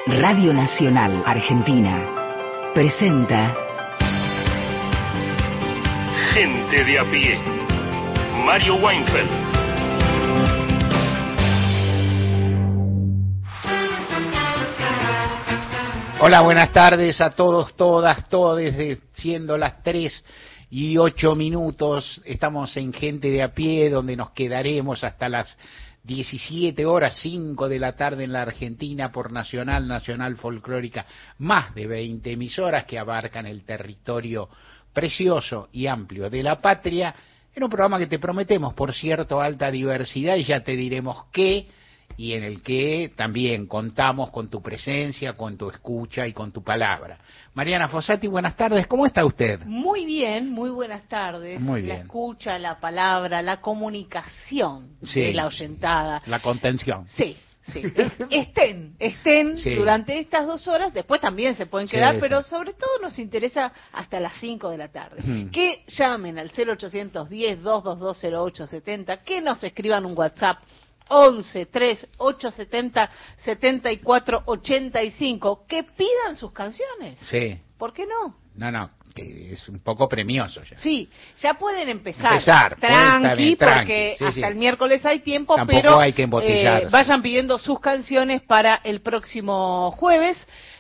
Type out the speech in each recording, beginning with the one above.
Radio Nacional Argentina presenta Gente de a pie. Mario Weinfeld. Hola, buenas tardes a todos, todas, todes, siendo las 3:08. Estamos en Gente de a pie, donde nos quedaremos hasta las 17 horas, 5 de la tarde en la Argentina, por Nacional Folclórica, más de 20 emisoras que abarcan el territorio precioso y amplio de la patria, en un programa que te prometemos, por cierto, alta diversidad, y ya te diremos qué, y en el que también contamos con tu presencia, con tu escucha y con tu palabra. Mariana Fossati, buenas tardes, ¿cómo está usted? Muy bien, muy buenas tardes. Muy bien. La escucha, la palabra, la comunicación Sí. de la oyentada. La contención. Sí, sí. Estén Sí. durante estas 2 horas, después también se pueden quedar, Sí, pero sí. sobre todo nos interesa hasta las 5 de la tarde. Mm. Que llamen al 0810-222-0870, que nos escriban un WhatsApp 11-3-870-7485, que pidan sus canciones. Sí. ¿Por qué no? No, que es un poco premioso ya. Sí, ya pueden empezar tranqui, tranqui, porque sí, hasta sí. el miércoles hay tiempo, Tampoco pero hay que embotellarse. vayan pidiendo sus canciones para el próximo jueves.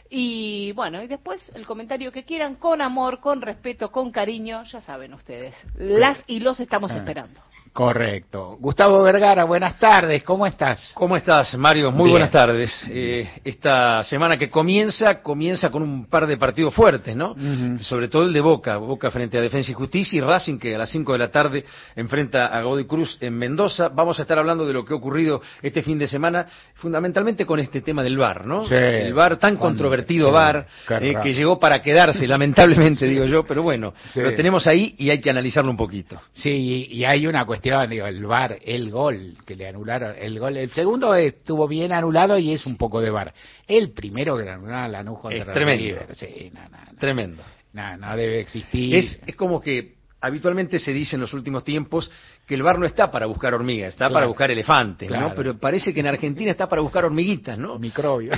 Y bueno, y después el comentario que quieran, con amor, con respeto, con cariño, ya saben ustedes, las y los estamos esperando. Correcto. Gustavo Vergara, buenas tardes, ¿cómo estás? ¿Cómo estás, Mario? Muy Bien. buenas tardes. Esta semana que comienza con un par de partidos fuertes, ¿no? Uh-huh. Sobre todo el de Boca frente a Defensa y Justicia, y Racing, que a las 5 de la tarde enfrenta a Godoy Cruz en Mendoza. Vamos a estar hablando de lo que ha ocurrido este fin de semana, fundamentalmente con este tema del VAR, ¿no? Sí. El VAR, tan controvertido sí, VAR, qué raro. que llegó para quedarse, lamentablemente, digo yo, pero bueno, Sí. lo tenemos ahí y hay que analizarlo un poquito. Sí, y hay una cuestión, digo, el VAR, el gol que le anularon, el segundo estuvo bien anulado y es un poco de VAR. El primero que le anularon a Lanús contra Es tremendo. River, sí, no. Tremendo. No debe existir. Es como que habitualmente se dice en los últimos tiempos que el VAR no está para buscar hormigas, está Claro. para buscar elefantes, Claro. ¿no? Pero parece que en Argentina está para buscar hormiguitas, ¿no? Microbios.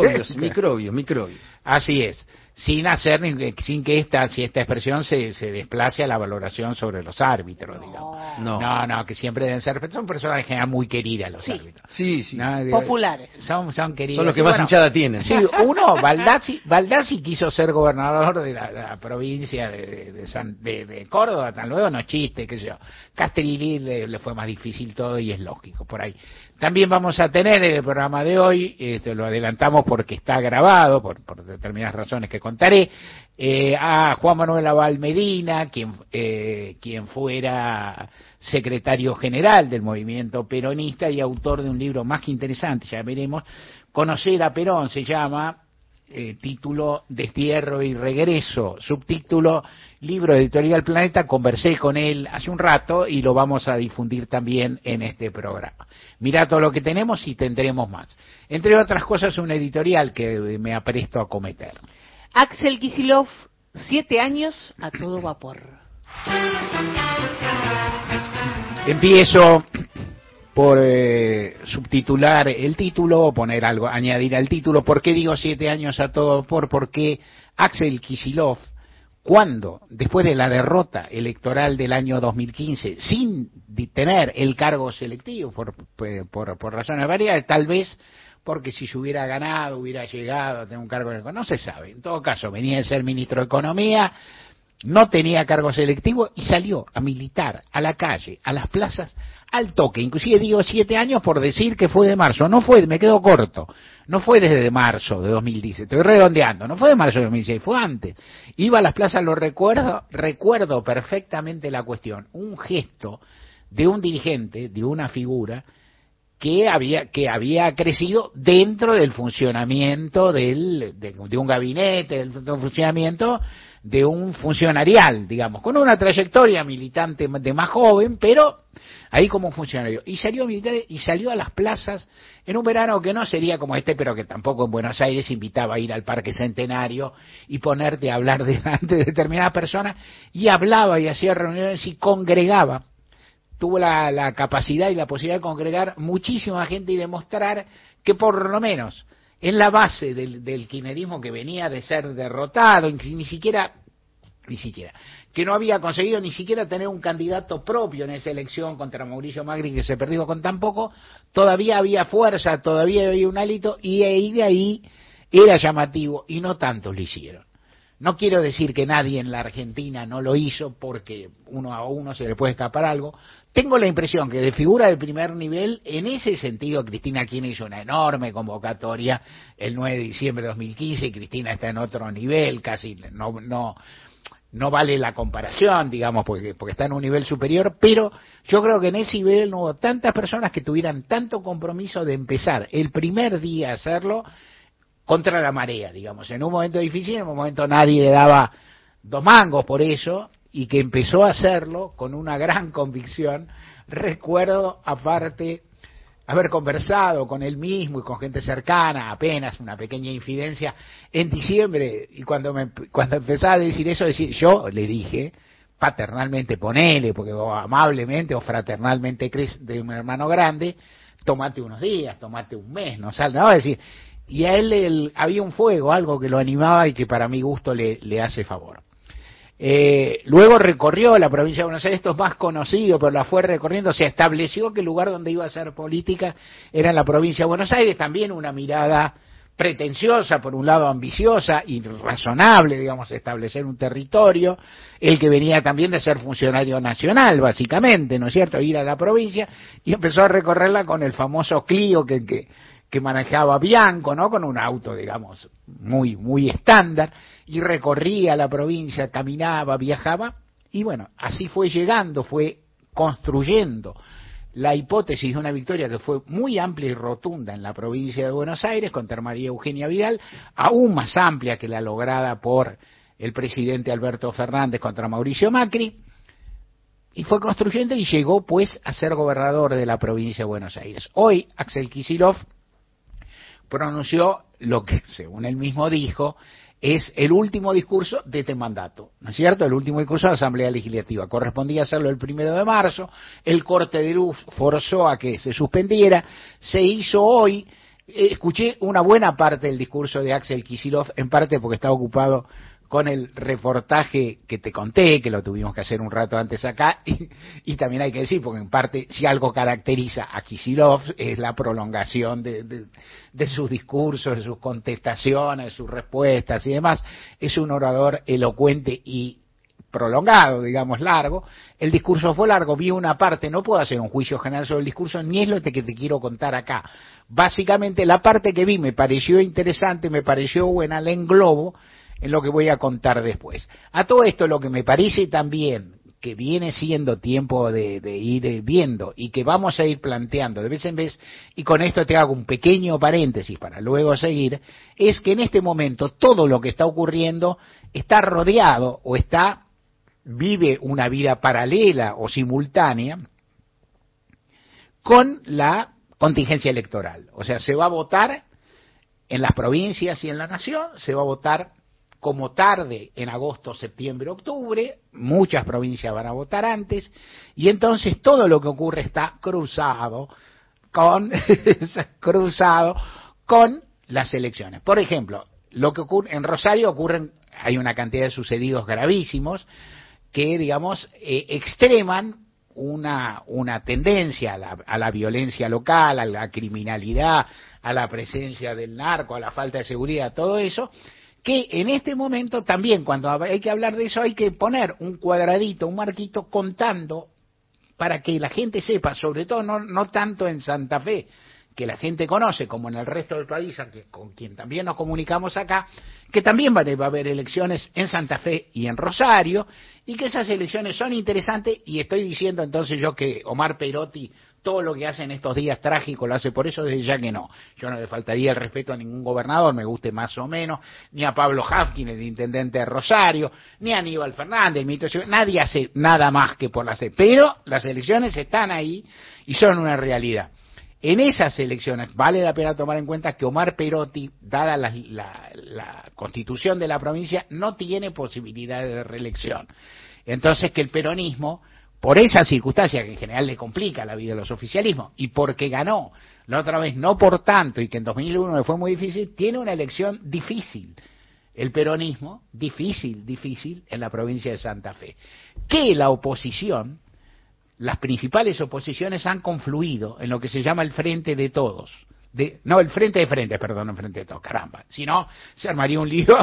Microbios. Así es, sin que esta expresión se desplace a la valoración sobre los árbitros, digamos. No, que siempre deben ser, son personas en general muy queridas los Sí. árbitros. Sí. No, digo, Populares. Son queridos. Son los que Y más bueno, hinchada tienen. Sí, Baldassi quiso ser gobernador de la provincia de Córdoba, tan luego no chiste, qué sé yo. Castelli le fue más difícil todo y es lógico, por ahí. También vamos a tener en el programa de hoy, lo adelantamos porque está grabado, por determinadas razones que contaré, a Juan Manuel Abal Medina, quien fuera secretario general del movimiento peronista y autor de un libro más que interesante, ya veremos, Conocer a Perón se llama, título Destierro y Regreso, subtítulo Libro Editorial Planeta. Conversé con él hace un rato y lo vamos a difundir también en este programa. Mirá todo lo que tenemos y tendremos más. Entre otras cosas, un editorial que me apresto a cometer. Axel Kicillof, 7 años a todo vapor. Empiezo por subtitular el título o poner algo, añadir al título. ¿Por qué digo 7 años a todo vapor? Porque Axel Kicillof, cuando, después de la derrota electoral del año 2015, sin tener el cargo selectivo, por razones varias, tal vez porque si se hubiera ganado, hubiera llegado a tener un cargo, no se sabe. En todo caso, venía de ser ministro de Economía, no tenía cargo selectivo y salió a militar a la calle, a las plazas, al toque. Inclusive digo 7 años por decir que fue de marzo. No fue, me quedo corto. No fue desde marzo de 2010. Estoy redondeando. No fue de marzo de 2016, fue antes. Iba a las plazas, lo recuerdo perfectamente la cuestión. Un gesto de un dirigente, de una figura que había crecido dentro del funcionamiento de un gabinete, del funcionamiento de un funcionarial, digamos, con una trayectoria militante de más joven, pero ahí como funcionario. Y salió a militar y salió a las plazas en un verano que no sería como este, pero que tampoco en Buenos Aires invitaba a ir al Parque Centenario y ponerte a hablar delante de determinadas personas, y hablaba y hacía reuniones y congregaba. Tuvo la capacidad y la posibilidad de congregar muchísima gente y demostrar que por lo menos en la base del kirchnerismo, que venía de ser derrotado, ni siquiera, que no había conseguido ni siquiera tener un candidato propio en esa elección contra Mauricio Macri, que se perdió con tan poco, todavía había fuerza, todavía había un hálito, y de ahí era llamativo, y no tantos lo hicieron. No quiero decir que nadie en la Argentina no lo hizo, porque uno a uno se le puede escapar algo. Tengo la impresión que de figura de primer nivel, en ese sentido, Cristina Kirchner hizo una enorme convocatoria el 9 de diciembre de 2015, y Cristina está en otro nivel, casi no vale la comparación, digamos, porque está en un nivel superior, pero yo creo que en ese nivel no hubo tantas personas que tuvieran tanto compromiso de empezar el primer día a hacerlo contra la marea, digamos, en un momento difícil, en un momento nadie le daba 2 mangos por eso, y que empezó a hacerlo con una gran convicción. Recuerdo, aparte, haber conversado con él mismo y con gente cercana, apenas una pequeña infidencia, en diciembre, y cuando empezaba a decir eso, yo le dije, paternalmente, ponele, porque o amablemente o fraternalmente crees de un hermano grande, tómate unos días, tómate un mes, no va a decir. Y a él había un fuego, algo que lo animaba y que para mi gusto le hace favor. Luego recorrió la provincia de Buenos Aires, esto es más conocido, pero la fue recorriendo, se estableció que el lugar donde iba a hacer política era en la provincia de Buenos Aires, también una mirada pretenciosa, por un lado ambiciosa y razonable, digamos, establecer un territorio, el que venía también de ser funcionario nacional, básicamente, ¿no es cierto?, ir a la provincia, y empezó a recorrerla con el famoso Clio que manejaba Bianco, ¿no?, con un auto, digamos, muy estándar, y recorría la provincia, caminaba, viajaba, y bueno, así fue llegando, fue construyendo la hipótesis de una victoria que fue muy amplia y rotunda en la provincia de Buenos Aires contra María Eugenia Vidal, aún más amplia que la lograda por el presidente Alberto Fernández contra Mauricio Macri, y fue construyendo y llegó pues a ser gobernador de la provincia de Buenos Aires. Hoy Axel Kicillof pronunció lo que, según él mismo dijo, es el último discurso de este mandato, ¿no es cierto? El último discurso de la Asamblea Legislativa. Correspondía hacerlo el 1 de marzo, el corte de luz forzó a que se suspendiera, se hizo hoy. Escuché una buena parte del discurso de Axel Kicillof, en parte porque estaba ocupado con el reportaje que te conté, que lo tuvimos que hacer un rato antes acá, y también hay que decir, porque en parte, si algo caracteriza a Kicillof, es la prolongación de sus discursos, de sus contestaciones, de sus respuestas y demás. Es un orador elocuente y prolongado, digamos, largo. El discurso fue largo, vi una parte, no puedo hacer un juicio general sobre el discurso, ni es lo que te quiero contar acá. Básicamente, la parte que vi me pareció interesante, me pareció buena, la englobo en lo que voy a contar después. A todo esto, lo que me parece también que viene siendo tiempo de ir viendo y que vamos a ir planteando de vez en vez, y con esto te hago un pequeño paréntesis para luego seguir, es que en este momento todo lo que está ocurriendo está rodeado o vive una vida paralela o simultánea con la contingencia electoral. O sea, se va a votar en las provincias y en la nación, se va a votar como tarde en agosto, septiembre, octubre, muchas provincias van a votar antes, y entonces todo lo que ocurre está cruzado con las elecciones. Por ejemplo, lo que ocurre en Rosario hay una cantidad de sucedidos gravísimos que, digamos, extreman una tendencia a la violencia local, a la criminalidad, a la presencia del narco, a la falta de seguridad, todo eso, que en este momento también, cuando hay que hablar de eso, hay que poner un cuadradito, un marquito contando para que la gente sepa, sobre todo no tanto en Santa Fe, que la gente conoce, como en el resto del país, con quien también nos comunicamos acá, que también va a haber elecciones en Santa Fe y en Rosario, y que esas elecciones son interesantes, y estoy diciendo entonces yo que Omar Perotti todo lo que hace en estos días trágicos lo hace por eso, desde ya que no. Yo no le faltaría el respeto a ningún gobernador, me guste más o menos, ni a Pablo Hafkin, el intendente de Rosario, ni a Aníbal Fernández, nadie hace nada más que por la C. Pero las elecciones están ahí y son una realidad. En esas elecciones vale la pena tomar en cuenta que Omar Perotti, dada la constitución de la provincia, no tiene posibilidad de reelección. Entonces que el peronismo, por esa circunstancia que en general le complica la vida a los oficialismos, y porque ganó la otra vez no por tanto, y que en 2001 le fue muy difícil, tiene una elección difícil. El peronismo, difícil en la provincia de Santa Fe. Que la oposición, las principales oposiciones han confluido en lo que se llama el Frente de Todos. El Frente de Frentes, perdón, el Frente de Todos, caramba. Si no, se armaría un lío,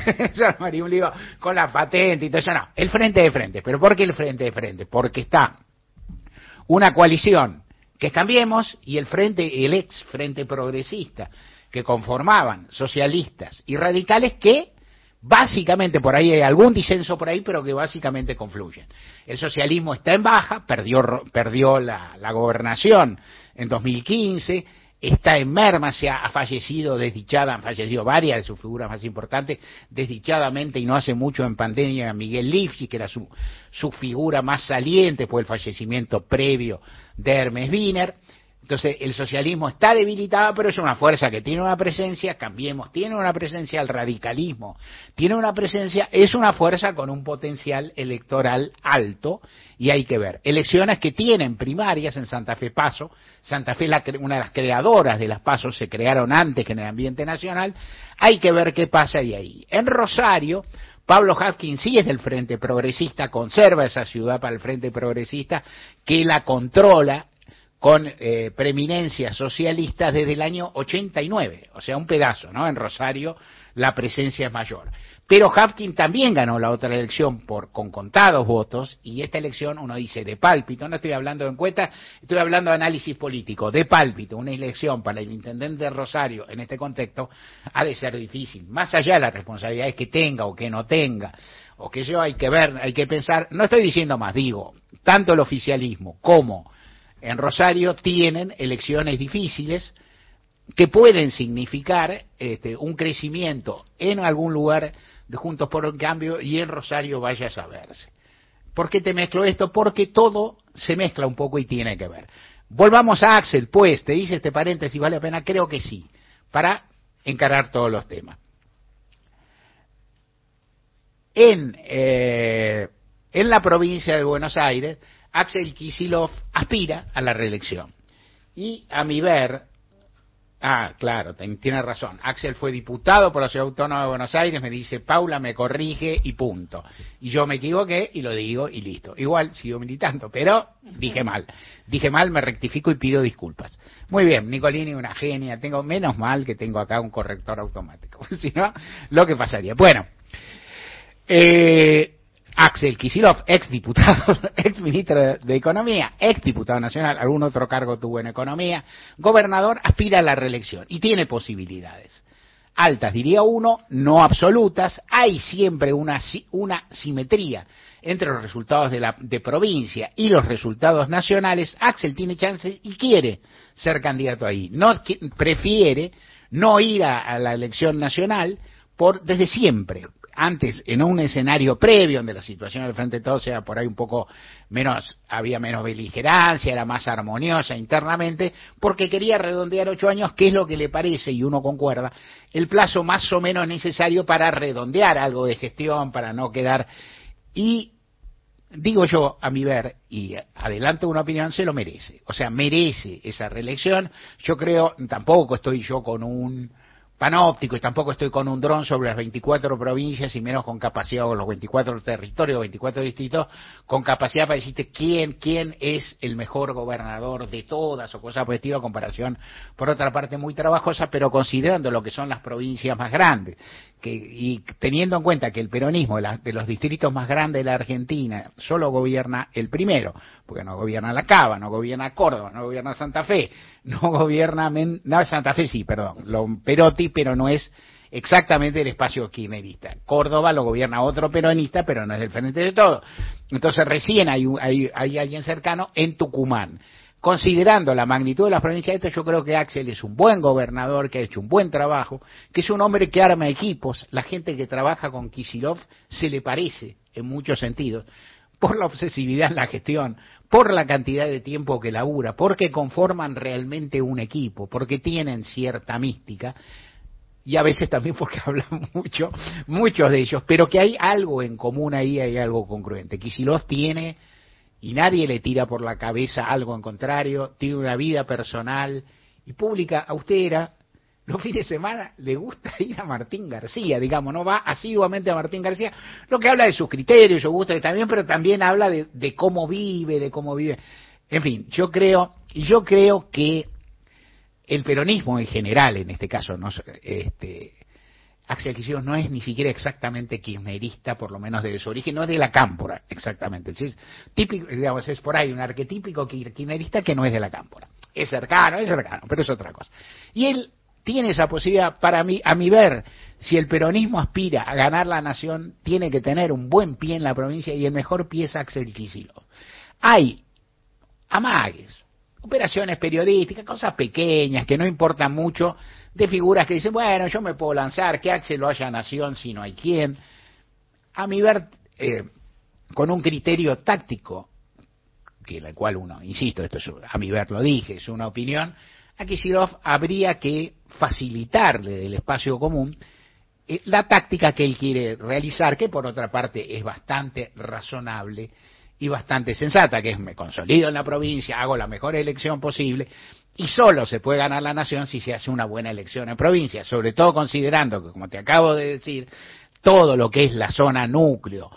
con la patente y todo eso. No, el Frente de Frentes. ¿Pero por qué el Frente de Frentes? Porque está una coalición que es Cambiemos y el ex Frente Progresista, que conformaban socialistas y radicales que básicamente, por ahí hay algún disenso por ahí, pero que básicamente confluyen. El socialismo está en baja, perdió la gobernación en 2015, está en merma, han fallecido varias de sus figuras más importantes, desdichadamente, y no hace mucho en pandemia, Miguel Lifchi, que era su figura más saliente, por el fallecimiento previo de Hermes Wiener. Entonces, el socialismo está debilitado, pero es una fuerza que tiene una presencia, Cambiemos tiene una presencia, el radicalismo tiene una presencia, es una fuerza con un potencial electoral alto, y hay que ver. Elecciones que tienen primarias en Santa Fe PASO. Santa Fe, una de las creadoras de las PASO, se crearon antes que en el ambiente nacional. Hay que ver qué pasa de ahí. En Rosario, Pablo Hapkin sí es del Frente Progresista, conserva esa ciudad para el Frente Progresista, que la controla con preeminencias socialistas desde el año 89, o sea, un pedazo, ¿no? En Rosario la presencia es mayor. Pero Hapkin también ganó la otra elección con contados votos, y esta elección, uno dice, de pálpito, no estoy hablando de encuestas, estoy hablando de análisis político, de pálpito, una elección para el intendente de Rosario en este contexto ha de ser difícil, más allá de las responsabilidades que tenga o que no tenga, o que hay que ver, hay que pensar, no estoy diciendo más, digo, tanto el oficialismo como en Rosario tienen elecciones difíciles que pueden significar un crecimiento en algún lugar de Juntos por el Cambio, y en Rosario vaya a saberse. ¿Por qué te mezclo esto? Porque todo se mezcla un poco y tiene que ver. Volvamos a Axel, pues, te dice este paréntesis, ¿vale la pena? Creo que sí, para encarar todos los temas. En la provincia de Buenos Aires, Axel Kicillof aspira a la reelección. Y a mi ver, claro, tiene razón, Axel fue diputado por la Ciudad Autónoma de Buenos Aires, me dice, Paula me corrige y punto. Y yo me equivoqué y lo digo y listo. Igual sigo militando, pero dije mal, me rectifico y pido disculpas. Muy bien, Nicolini, una genia, menos mal que tengo acá un corrector automático, si no, lo que pasaría. Bueno, Axel Kicillof, ex diputado, ex ministro de Economía, ex diputado nacional, algún otro cargo tuvo en Economía, gobernador, aspira a la reelección y tiene posibilidades. Altas, diría uno, no absolutas. Hay siempre una simetría entre los resultados de provincia y los resultados nacionales. Axel tiene chances y quiere ser candidato ahí. Prefiere no ir a la elección nacional desde siempre. Antes, en un escenario previo, donde la situación del Frente de Todos era por ahí un poco había menos beligerancia, era más armoniosa internamente, porque quería redondear 8 años, que es lo que le parece, y uno concuerda, el plazo más o menos necesario para redondear algo de gestión, para no quedar. Y digo yo, a mi ver, y adelanto una opinión, se lo merece. O sea, merece esa reelección. Yo creo, tampoco estoy yo con un panóptico y tampoco estoy con un dron sobre las 24 provincias y menos con capacidad, o los 24 territorios, 24 distritos, con capacidad para decirte quién es el mejor gobernador de todas o cosas por el estilo, a comparación, por otra parte, muy trabajosa, pero considerando lo que son las provincias más grandes, y teniendo en cuenta que el peronismo de los distritos más grandes de la Argentina solo gobierna el primero, porque no gobierna La Cava, no gobierna Córdoba, no gobierna Santa Fe, no gobierna Santa Fe sí, perdón, Perotti, pero no es exactamente el espacio kirchnerista. Córdoba lo gobierna otro peronista, pero no es del Frente de Todos. Entonces recién hay alguien cercano en Tucumán. Considerando la magnitud de las provincias de esto, yo creo que Axel es un buen gobernador, que ha hecho un buen trabajo, que es un hombre que arma equipos. La gente que trabaja con Kicillof se le parece en muchos sentidos, por la obsesividad en la gestión, por la cantidad de tiempo que labura, porque conforman realmente un equipo, porque tienen cierta mística, y a veces también porque hablan muchos de ellos, pero que hay algo en común ahí, hay algo congruente. Kicillof tiene, y nadie le tira por la cabeza algo en contrario, tiene una vida personal y pública austera, los fines de semana le gusta ir a Martín García, digamos, no va asiduamente a Martín García, lo que habla de sus criterios, su gusto también, pero también habla de cómo vive, En fin, yo creo que el peronismo en general, en este caso, no, Axel Kicillof no es ni siquiera exactamente kirchnerista, por lo menos de su origen, no es de la Cámpora, exactamente. ¿Sí? Típico, digamos, es por ahí un arquetípico kirchnerista que no es de la Cámpora. Es cercano, pero es otra cosa. Y él tiene esa posibilidad, para mí, a mi ver, si el peronismo aspira a ganar la nación, tiene que tener un buen pie en la provincia, y el mejor pie es Axel Kicillof. Hay amagues, operaciones periodísticas, cosas pequeñas que no importan mucho, de figuras que dicen, bueno, yo me puedo lanzar, que Axel lo haya nación si no hay quien. A mi ver, con un criterio táctico, que la cual uno, insisto, esto es, a mi ver lo dije, es una opinión, a Kicillof habría que facilitarle del espacio común la táctica que él quiere realizar, que por otra parte es bastante razonable y bastante sensata, que es me consolido en la provincia, hago la mejor elección posible, y solo se puede ganar la nación si se hace una buena elección en provincia, sobre todo considerando que, como te acabo de decir, todo lo que es la zona núcleo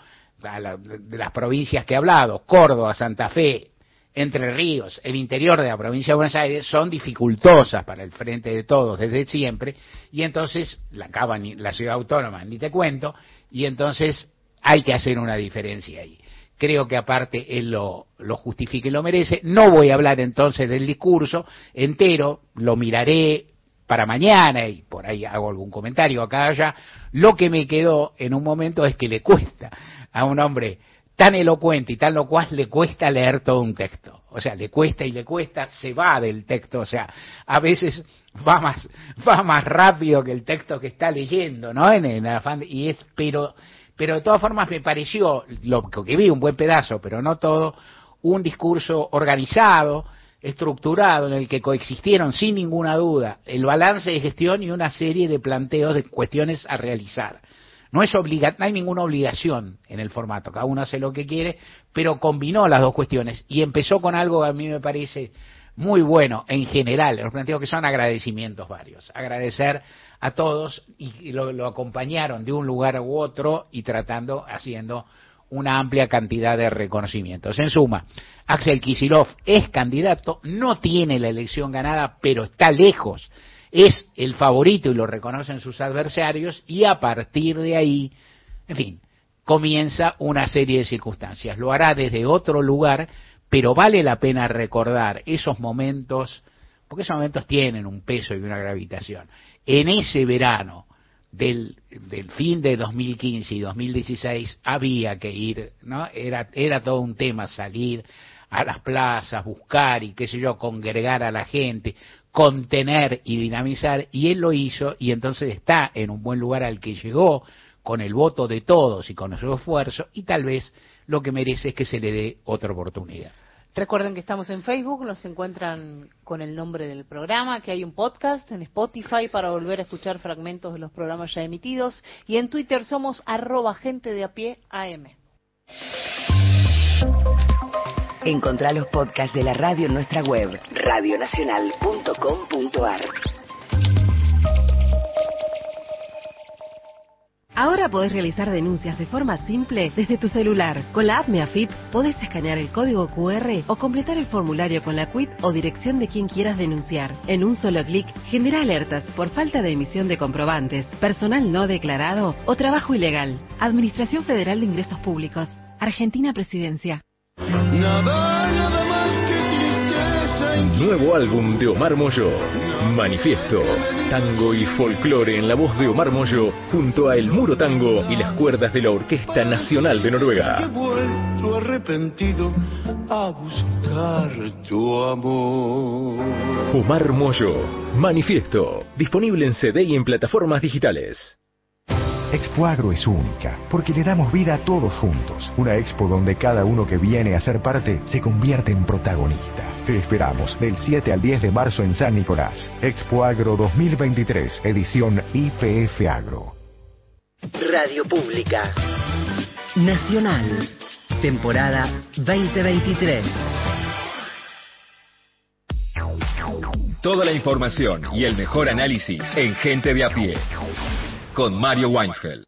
de las provincias que he hablado, Córdoba, Santa Fe, Entre Ríos, el interior de la provincia de Buenos Aires, son dificultosas para el Frente de Todos desde siempre, y entonces la ciudad autónoma ni te cuento, y entonces hay que hacer una diferencia ahí. Creo que aparte él lo justifica y lo merece. No voy a hablar entonces del discurso entero, lo miraré para mañana y por ahí hago algún comentario acá allá. Lo que me quedó en un momento es que le cuesta a un hombre tan elocuente y tan locuaz, le cuesta leer todo un texto. O sea, le cuesta, se va del texto, o sea, a veces va más rápido que el texto que está leyendo, ¿no? En el afán, pero de todas formas me pareció, lo que vi, un buen pedazo, pero no todo, un discurso organizado, estructurado, en el que coexistieron sin ninguna duda el balance de gestión y una serie de planteos de cuestiones a realizar. No hay ninguna obligación en el formato, cada uno hace lo que quiere, pero combinó las dos cuestiones y empezó con algo que a mí me parece muy bueno en general, los planteos que son agradecimientos varios, agradecer a todos y lo acompañaron de un lugar u otro y haciendo una amplia cantidad de reconocimientos. En suma, Axel Kicillof es candidato, no tiene la elección ganada, pero está lejos, es el favorito y lo reconocen sus adversarios, y a partir de ahí, en fin, comienza una serie de circunstancias. Lo hará desde otro lugar, pero vale la pena recordar esos momentos, porque esos momentos tienen un peso y una gravitación. En ese verano del fin de 2015 y 2016 había que ir, ¿no? Era todo un tema salir a las plazas, buscar y qué sé yo, congregar a la gente, contener y dinamizar, y él lo hizo, y entonces está en un buen lugar al que llegó con el voto de todos y con su esfuerzo, y tal vez lo que merece es que se le dé otra oportunidad. Recuerden que estamos en Facebook, nos encuentran con el nombre del programa, que hay un podcast en Spotify para volver a escuchar fragmentos de los programas ya emitidos, y en Twitter somos @gentedeapié_am. Encontrá los podcasts de la radio en nuestra web, radionacional.com.ar. Ahora podés realizar denuncias de forma simple desde tu celular. Con la app MeAFIP podés escanear el código QR o completar el formulario con la CUIT o dirección de quien quieras denunciar. En un solo clic, genera alertas por falta de emisión de comprobantes, personal no declarado o trabajo ilegal. Administración Federal de Ingresos Públicos. Argentina Presidencia. Nada más que tristeza. Nuevo álbum de Omar Mollo, Manifiesto. Tango y folclore en la voz de Omar Mollo, junto a El Muro Tango y las cuerdas de la Orquesta Nacional de Noruega. He vuelto arrepentido a buscar tu amor. Omar Mollo, Manifiesto. Disponible en CD y en plataformas digitales. Expo Agro es única, porque le damos vida a todos juntos. Una expo donde cada uno que viene a ser parte se convierte en protagonista. Te esperamos del 7 al 10 de marzo en San Nicolás. Expo Agro 2023, edición IPF Agro. Radio Pública Nacional, temporada 2023. Toda la información y el mejor análisis en Gente de a Pie. Con Mario Weinfeld.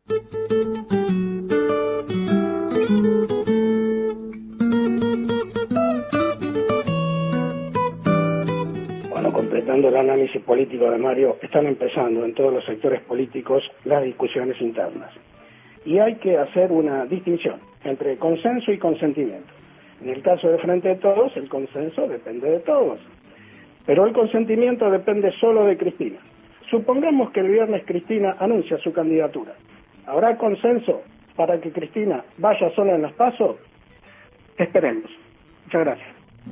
Bueno, completando el análisis político de Mario, están empezando en todos los sectores políticos las discusiones internas. Y hay que hacer una distinción entre consenso y consentimiento. En el caso de Frente de Todos, el consenso depende de todos. Pero el consentimiento depende solo de Cristina. Supongamos que el viernes Cristina anuncia su candidatura. ¿Habrá consenso para que Cristina vaya sola en las PASO? Esperemos. Muchas gracias.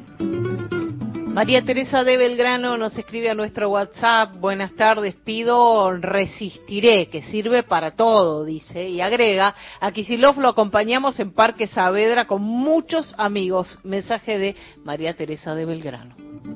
María Teresa de Belgrano nos escribe a nuestro WhatsApp: buenas tardes, pido Resistiré, que sirve para todo, dice, y agrega: a Kicillof lo acompañamos en Parque Saavedra con muchos amigos. Mensaje de María Teresa de Belgrano.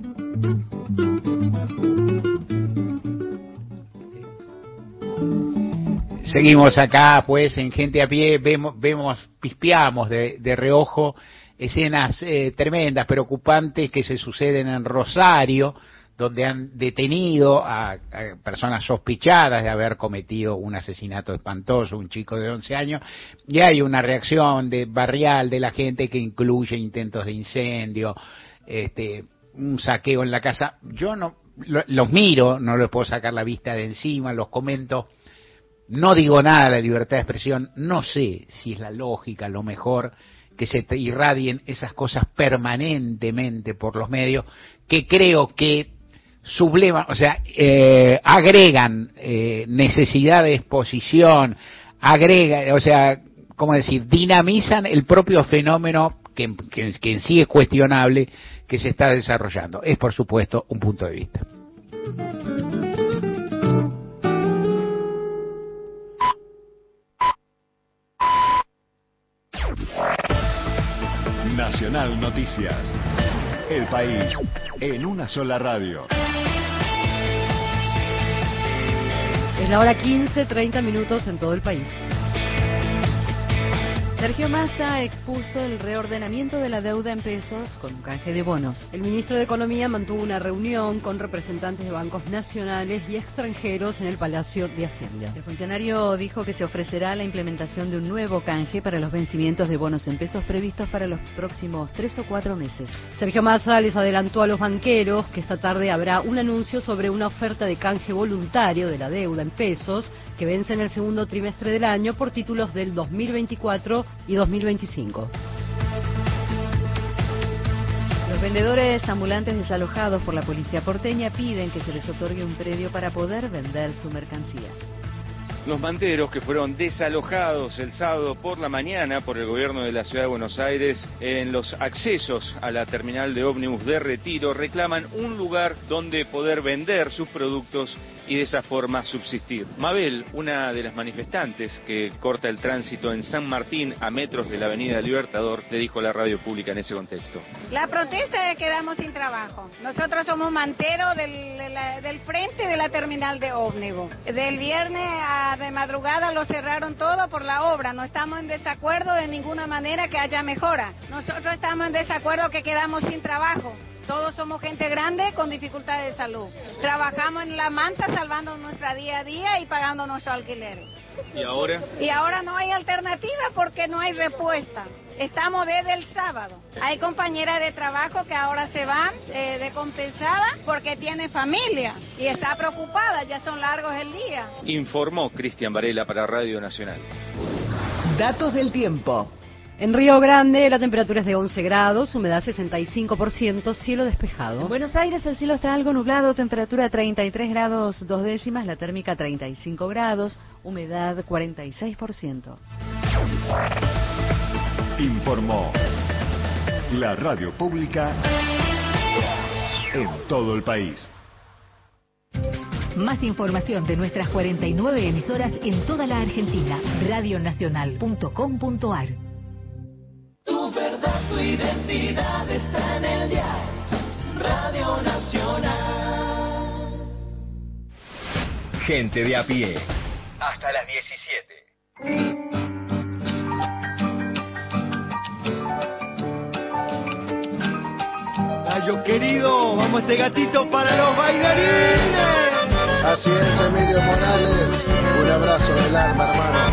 Seguimos acá, pues, en Gente a Pie, pispeamos de reojo escenas tremendas, preocupantes, que se suceden en Rosario, donde han detenido a personas sospechadas de haber cometido un asesinato espantoso, un chico de 11 años, y hay una reacción barrial de la gente que incluye intentos de incendio, un saqueo en la casa. Yo no los miro, no les puedo sacar la vista de encima, los comento, no digo nada de la libertad de expresión, no sé si es la lógica, lo mejor que se te irradien esas cosas permanentemente por los medios, que creo que sublevan, o sea, agregan necesidad de exposición, o sea, ¿cómo decir?, dinamizan el propio fenómeno que en sí es cuestionable, que se está desarrollando. Es, por supuesto, un punto de vista. Nacional Noticias. El país en una sola radio. Es la hora 15, 30 minutos en todo el país. Sergio Massa expuso el reordenamiento de la deuda en pesos con un canje de bonos. El ministro de Economía mantuvo una reunión con representantes de bancos nacionales y extranjeros en el Palacio de Hacienda. El funcionario dijo que se ofrecerá la implementación de un nuevo canje para los vencimientos de bonos en pesos previstos para los próximos 3 o 4 meses. Sergio Massa les adelantó a los banqueros que esta tarde habrá un anuncio sobre una oferta de canje voluntario de la deuda en pesos que vence en el segundo trimestre del año por títulos del 2024 y 2025. Los vendedores ambulantes desalojados por la policía porteña piden que se les otorgue un predio para poder vender su mercancía. Los manteros que fueron desalojados el sábado por la mañana por el gobierno de la Ciudad de Buenos Aires en los accesos a la terminal de ómnibus de Retiro reclaman un lugar donde poder vender sus productos y de esa forma subsistir. Mabel, una de las manifestantes que corta el tránsito en San Martín a metros de la Avenida Libertador, le dijo a la radio pública en ese contexto: la protesta es que quedamos sin trabajo. Nosotros somos manteros del frente de la terminal de ómnibus. Del viernes de madrugada lo cerraron todo por la obra. No estamos en desacuerdo de ninguna manera que haya mejora. Nosotros estamos en desacuerdo que quedamos sin trabajo. Todos somos gente grande con dificultades de salud. Trabajamos en la manta salvando nuestra día a día y pagando nuestros alquileres. ¿Y ahora? Y ahora no hay alternativa porque no hay respuesta. Estamos desde el sábado. Hay compañeras de trabajo que ahora se van descompensadas porque tienen familia y está preocupada, ya son largos el día. Informó Cristian Varela para Radio Nacional. Datos del tiempo. En Río Grande la temperatura es de 11 grados, humedad 65%, cielo despejado. En Buenos Aires el cielo está algo nublado, temperatura 33 grados 2 décimas, la térmica 35 grados, humedad 46%. Informó la radio pública en todo el país. Más información de nuestras 49 emisoras en toda la Argentina. Radionacional.com.ar. Tu verdad, tu identidad está en el dial. Radio Nacional. Gente de a pie. Hasta las 17. Hay Gallo querido, vamos este gatito para los bailarines. Así es, Emilio Morales, un abrazo del alma, hermano.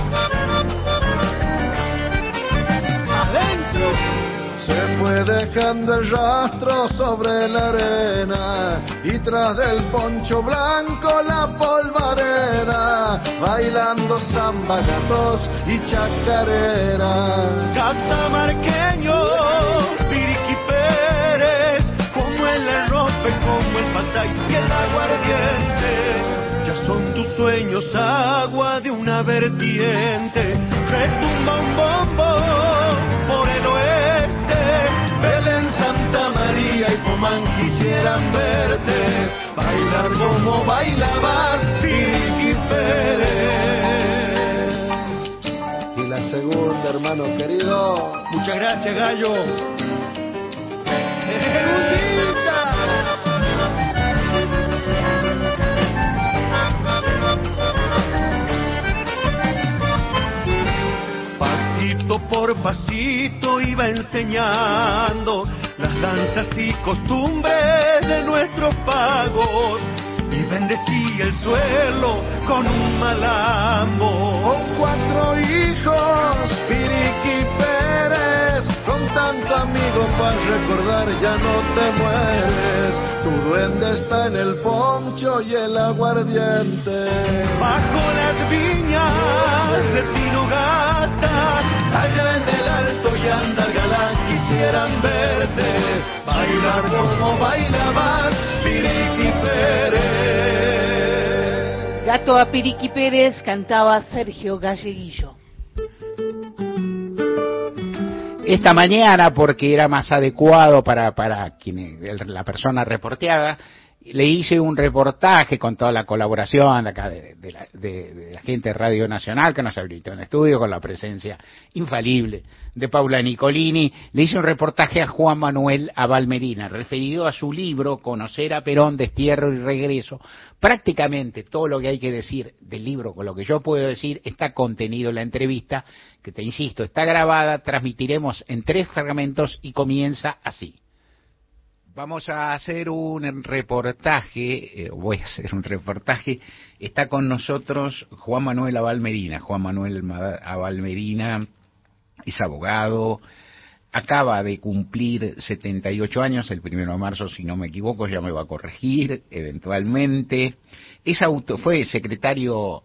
Adentro. Se fue dejando el rastro sobre la arena y tras del poncho blanco la polvareda, bailando samba, gatos y chacareras. Catamarqueño, Piriqui Pérez, como el arrope, como el patay y el aguardiente. Ya son tus sueños agua de una vertiente, retumba un bombo por el oeste. Belén, Santa María y Pomán quisieran verte bailar como bailabas, Piriqui Pérez. Y la segunda, hermano querido. Muchas gracias, Gallo. Pasito por pasito iba enseñando las danzas y costumbres de nuestros pagos y bendecía el suelo con un malambo. Con 4 hijos, Piriqui Pérez, con tanto amigo para recordar ya no te mueres. Tu duende está en el poncho y el aguardiente. Bajo las viñas de Tinogasta, allá en el Alto y Andalgalá quisieran verte bailar como bailabas, Piriqui Pérez. Gato a Piriqui Pérez cantaba Sergio Galleguillo. Esta mañana, porque era más adecuado para la persona reporteada, le hice un reportaje con toda la colaboración de acá de la gente de Radio Nacional que nos habilitó en estudio, con la presencia infalible de Paula Nicolini. Le hice un reportaje a Juan Manuel Abal Medina referido a su libro Conocer a Perón, Destierro y Regreso. Prácticamente todo lo que hay que decir del libro, con lo que yo puedo decir, está contenido en la entrevista, que te insisto, está grabada. Transmitiremos en 3 fragmentos y comienza así. Vamos a hacer un reportaje, voy a hacer un reportaje. Está con nosotros Juan Manuel Abal Medina. Juan Manuel Abal Medina es abogado, acaba de cumplir 78 años, el 1 de marzo, si no me equivoco, ya me va a corregir eventualmente. Fue secretario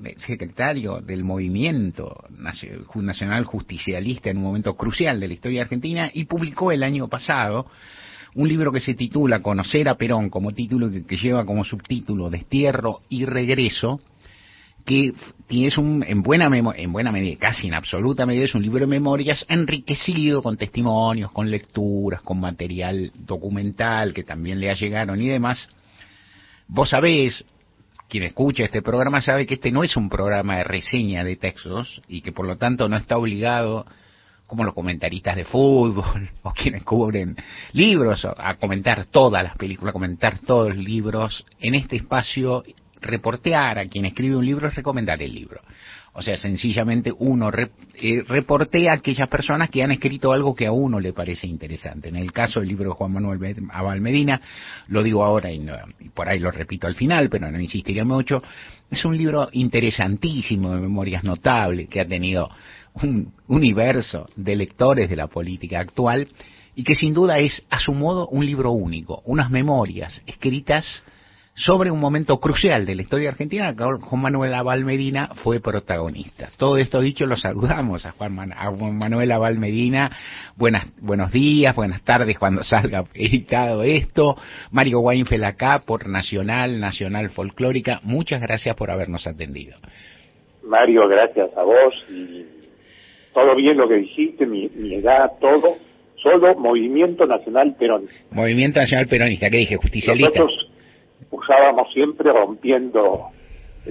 del Movimiento Nacional Justicialista en un momento crucial de la historia argentina y publicó el año pasado un libro que se titula Conocer a Perón, como título que lleva como subtítulo Destierro y Regreso, que es en buena medida, casi en absoluta medida, es un libro de memorias enriquecido con testimonios, con lecturas, con material documental que también le llegaron y demás. Vos sabés, quien escucha este programa sabe que este no es un programa de reseña de textos y que por lo tanto no está obligado, como los comentaristas de fútbol o quienes cubren libros, a comentar todas las películas, a comentar todos los libros. En este espacio, reportear a quien escribe un libro es recomendar el libro. O sea, sencillamente uno reportea a aquellas personas que han escrito algo que a uno le parece interesante. En el caso del libro de Juan Manuel Abal Medina, lo digo ahora y por ahí lo repito al final, pero no insistiré mucho, es un libro interesantísimo, de memorias notable, que ha tenido un universo de lectores de la política actual y que sin duda es a su modo un libro único, unas memorias escritas sobre un momento crucial de la historia argentina que Juan Manuel Abal Medina fue protagonista. Todo esto dicho, lo saludamos a Juan Manuel Abal Medina. Buenos días, buenas tardes cuando salga editado esto. Mario Weinfeld acá por Nacional Folclórica. Muchas gracias por habernos atendido. Mario, gracias a vos y todo bien lo que dijiste, mi edad, todo, solo Movimiento Nacional Peronista. Movimiento Nacional Peronista, ¿qué dije? Justicialista. Nosotros usábamos siempre rompiendo el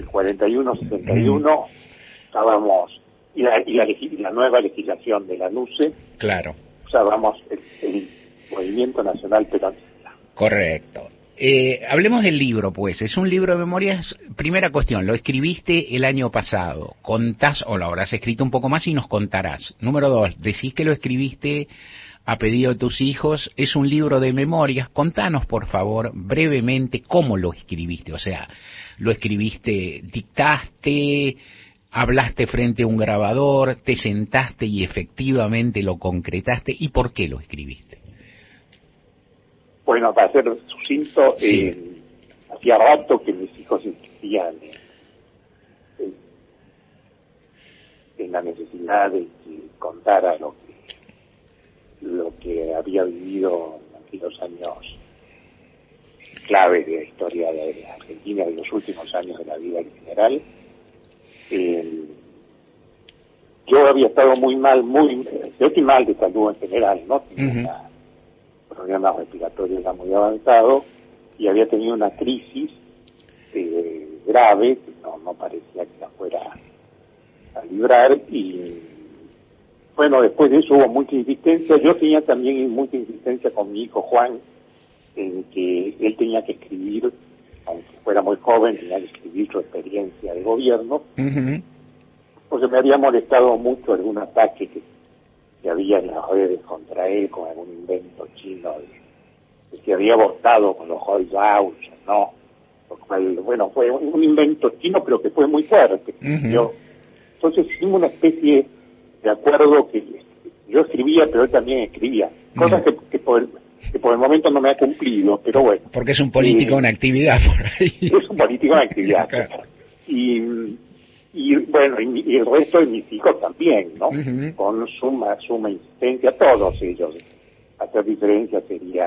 41-61, usábamos, y la nueva legislación de la NUCE, claro, usábamos el Movimiento Nacional Peronista. Correcto. Hablemos del libro, pues. Es un libro de memorias. Primera cuestión, lo escribiste el año pasado. Contás, o lo habrás escrito un poco más y nos contarás. Número 2, decís que lo escribiste a pedido de tus hijos, es un libro de memorias. Contanos, por favor, brevemente, cómo lo escribiste. O sea, ¿lo escribiste, dictaste, hablaste frente a un grabador, te sentaste y efectivamente lo concretaste? ¿Y por qué lo escribiste? Bueno, para ser sucinto, Sí. hacía rato que mis hijos insistían en la necesidad de que contara lo que había vivido en aquellos años claves de la historia de la Argentina, de los últimos años de la vida en general. Yo había estado muy mal de salud en general, ¿no? Tenía problemas respiratorios ya muy avanzados y había tenido una crisis grave que no parecía que la fuera a librar. Y bueno, después de eso hubo mucha insistencia. Yo tenía también mucha insistencia con mi hijo Juan en que él tenía que escribir, aunque fuera muy joven, tenía que escribir su experiencia de gobierno, porque me había molestado mucho algún ataque que había en las redes contra él con algún invento chino de que había votado con los Hoy Vouchers, ¿no? Lo cual, bueno, fue un invento chino, pero que fue muy fuerte. Entonces hicimos una especie de acuerdo que yo escribía, pero él también escribía. Cosas que por el momento no me ha cumplido, pero bueno. Porque es un político en actividad por ahí. Es un político en actividad. Claro. Y bueno, y el resto de mis hijos también, ¿no? Con suma insistencia, todos ellos. Hacer diferencia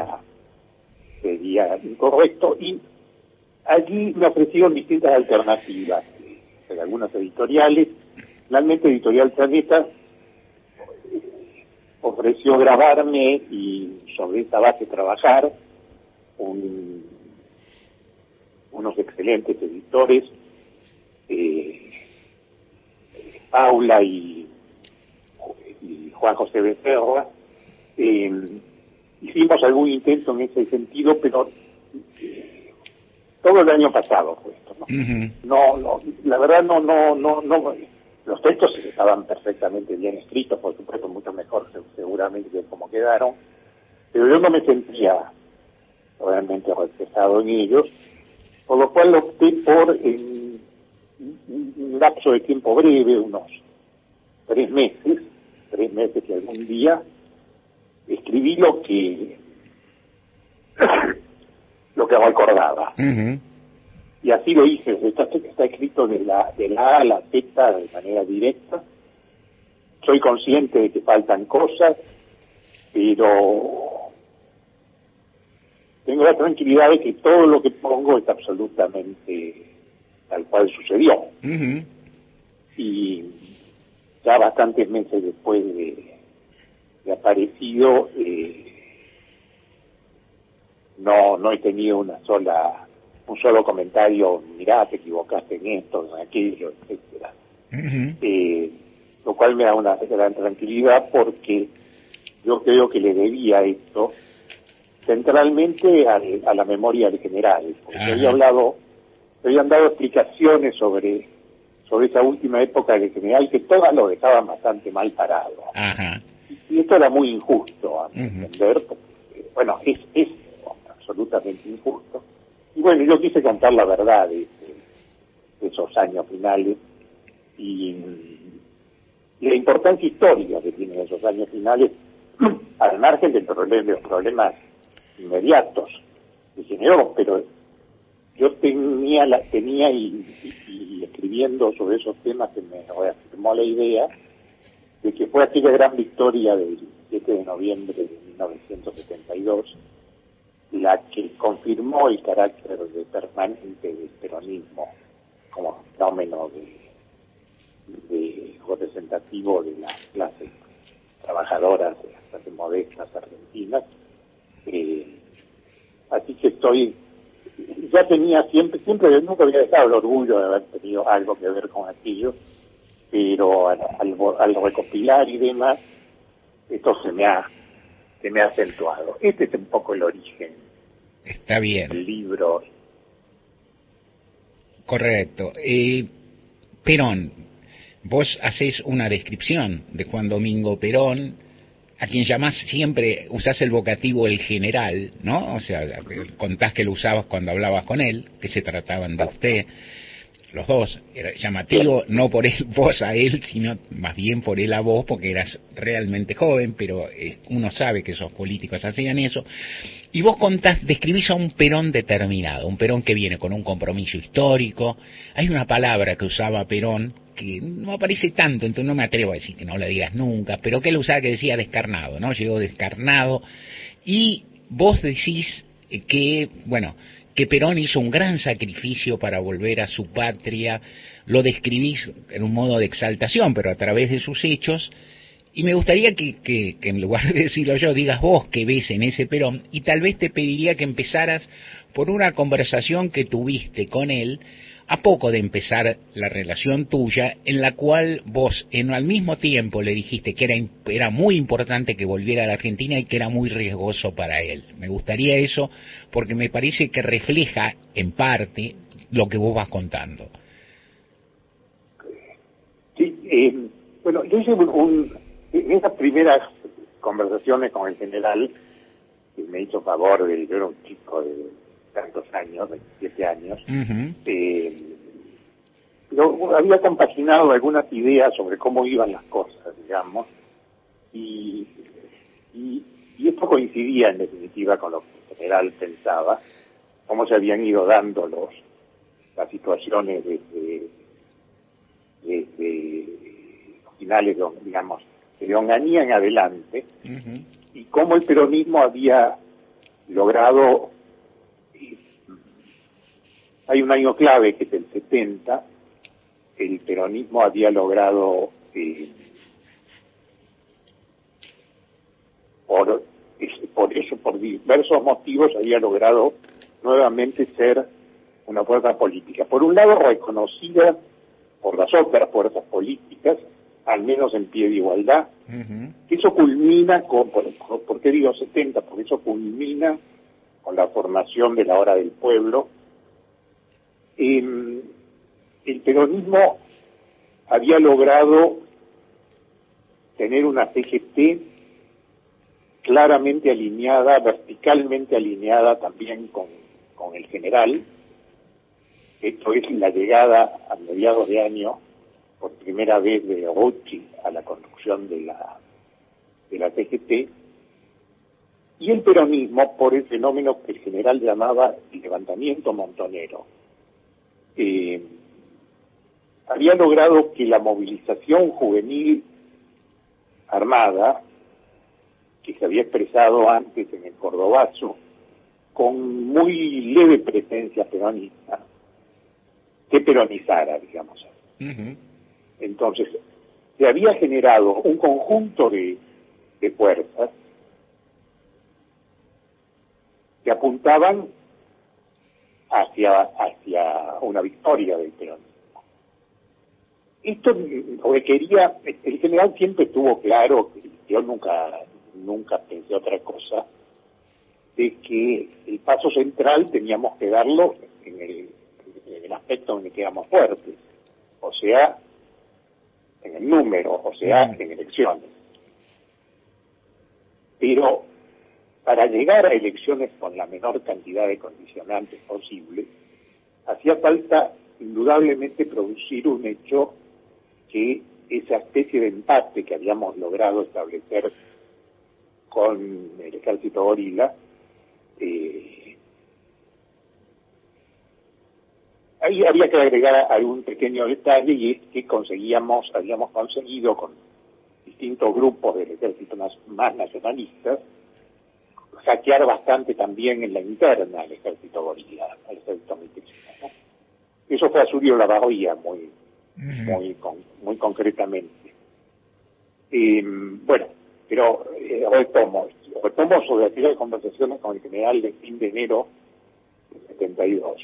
sería incorrecto. Y allí me ofrecieron distintas alternativas de algunas editoriales. Finalmente Editorial Planeta ofreció grabarme y sobre esa base trabajar. Unos excelentes editores, Paula y Juan José Becerra. Hicimos algún intento en ese sentido, pero todo el año pasado fue esto, ¿no? No, la verdad no. Los textos estaban perfectamente bien escritos, por supuesto, mucho mejor seguramente que como quedaron, pero yo no me sentía realmente reflejado en ellos, por lo cual opté por, en un lapso de tiempo breve, unos 3 meses y algún día, escribí lo que recordaba. Y así lo hice. Está escrito de la A a la Z de manera directa. Soy consciente de que faltan cosas, pero tengo la tranquilidad de que todo lo que pongo es absolutamente tal cual sucedió. Y ya bastantes meses después de aparecido, no he tenido un solo comentario, mirá, te equivocaste en esto, en aquello, etcétera. Lo cual me da una gran tranquilidad, porque yo creo que le debía esto centralmente a la memoria del general, porque habían dado explicaciones sobre esa última época del general que todas lo dejaban bastante mal parado. Y esto era muy injusto, a mi entender, porque, bueno, es absolutamente injusto. Y bueno, yo quise contar la verdad de esos años finales y la importancia histórica que tienen esos años finales, al margen de los problemas inmediatos que generó, pero yo tenía y escribiendo sobre esos temas que me reafirmó la idea de que fue aquella gran victoria del 17 de noviembre de 1972 la que confirmó el carácter permanente del peronismo como fenómeno de representativo de las clases trabajadoras, de las clases modestas argentinas. Así que ya tenía siempre nunca había dejado el orgullo de haber tenido algo que ver con aquello, pero al recopilar y demás, esto se me ha acentuado. Este es un poco el origen. Está bien. El libro. Correcto. Perón, vos hacés una descripción de Juan Domingo Perón a quien llamás siempre, usás el vocativo el general, ¿no? O sea, contás que lo usabas cuando hablabas con él, que se trataban de usted, los dos. Era llamativo, no por él, vos a él, sino más bien por él a vos, porque eras realmente joven, pero uno sabe que esos políticos hacían eso. Y vos describís a un Perón determinado, un Perón que viene con un compromiso histórico. Hay una palabra que usaba Perón, que no aparece tanto, entonces no me atrevo a decir que no la digas nunca, pero que él usaba, que decía descarnado, ¿no? Llegó descarnado, y vos decís que, bueno, que Perón hizo un gran sacrificio para volver a su patria, lo describís en un modo de exaltación, pero a través de sus hechos, y me gustaría que en lugar de decirlo yo, digas vos qué ves en ese Perón, y tal vez te pediría que empezaras por una conversación que tuviste con él, a poco de empezar la relación tuya, en la cual vos al mismo tiempo le dijiste que era muy importante que volviera a la Argentina y que era muy riesgoso para él. Me gustaría eso porque me parece que refleja en parte lo que vos vas contando. Sí, bueno, yo hice en esas primeras conversaciones con el general, que me hizo favor de, yo era un chico de tantos años, 27 años, yo había compaginado algunas ideas sobre cómo iban las cosas, digamos, y esto coincidía en definitiva con lo que el general pensaba, cómo se habían ido dando las situaciones desde finales, digamos, de Onganía en adelante, y cómo el peronismo había logrado. Hay un año clave que es el 70, el peronismo había logrado, por diversos motivos, había logrado nuevamente ser una fuerza política. Por un lado, reconocida por las otras fuerzas políticas, al menos en pie de igualdad. Eso culmina ¿por qué digo 70? Porque eso culmina con la formación de la Hora del Pueblo. El peronismo había logrado tener una CGT claramente alineada, verticalmente alineada también con el general. Esto es la llegada a mediados de año, por primera vez, de Orochi a la conducción de la CGT, y el peronismo, por el fenómeno que el general llamaba el levantamiento montonero, había logrado que la movilización juvenil armada, que se había expresado antes en el Cordobazo, con muy leve presencia peronista, que peronizara, digamos. Entonces, se había generado un conjunto de fuerzas que apuntaban hacia una victoria del peronismo. Esto requería, el general siempre estuvo claro, yo nunca pensé otra cosa, de que el paso central teníamos que darlo en el aspecto en el que éramos fuertes, o sea, en el número, o sea, en elecciones. Pero para llegar a elecciones con la menor cantidad de condicionantes posible, hacía falta indudablemente producir un hecho que esa especie de empate que habíamos logrado establecer con el ejército gorila, ahí había que agregar algún pequeño detalle, y es que habíamos conseguido con distintos grupos del ejército más nacionalistas saquear bastante también en la interna al ejército gorila, al ejército mitricino, ¿no? Eso fue a Surio Lavarría muy concretamente. Bueno, pero retomo sobre aquellas conversaciones con el general de fin de enero de 72.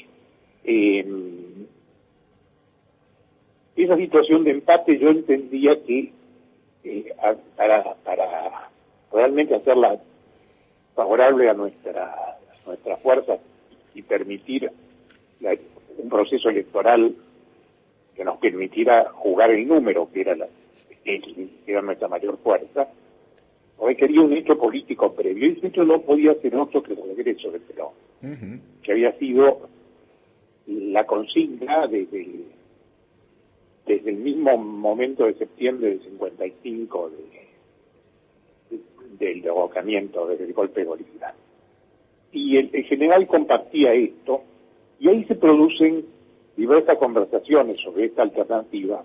Esa situación de empate yo entendía que para realmente hacerla favorable a nuestra fuerza y permitir un proceso electoral que nos permitiera jugar el número, que era nuestra mayor fuerza, requería un hecho político previo, y ese hecho no podía ser otro que el regreso de Perón, que había sido la consigna desde el mismo momento de septiembre del 55 del derrocamiento, del golpe de Bolívar. Y el general compartía esto, y ahí se producen diversas conversaciones sobre esta alternativa,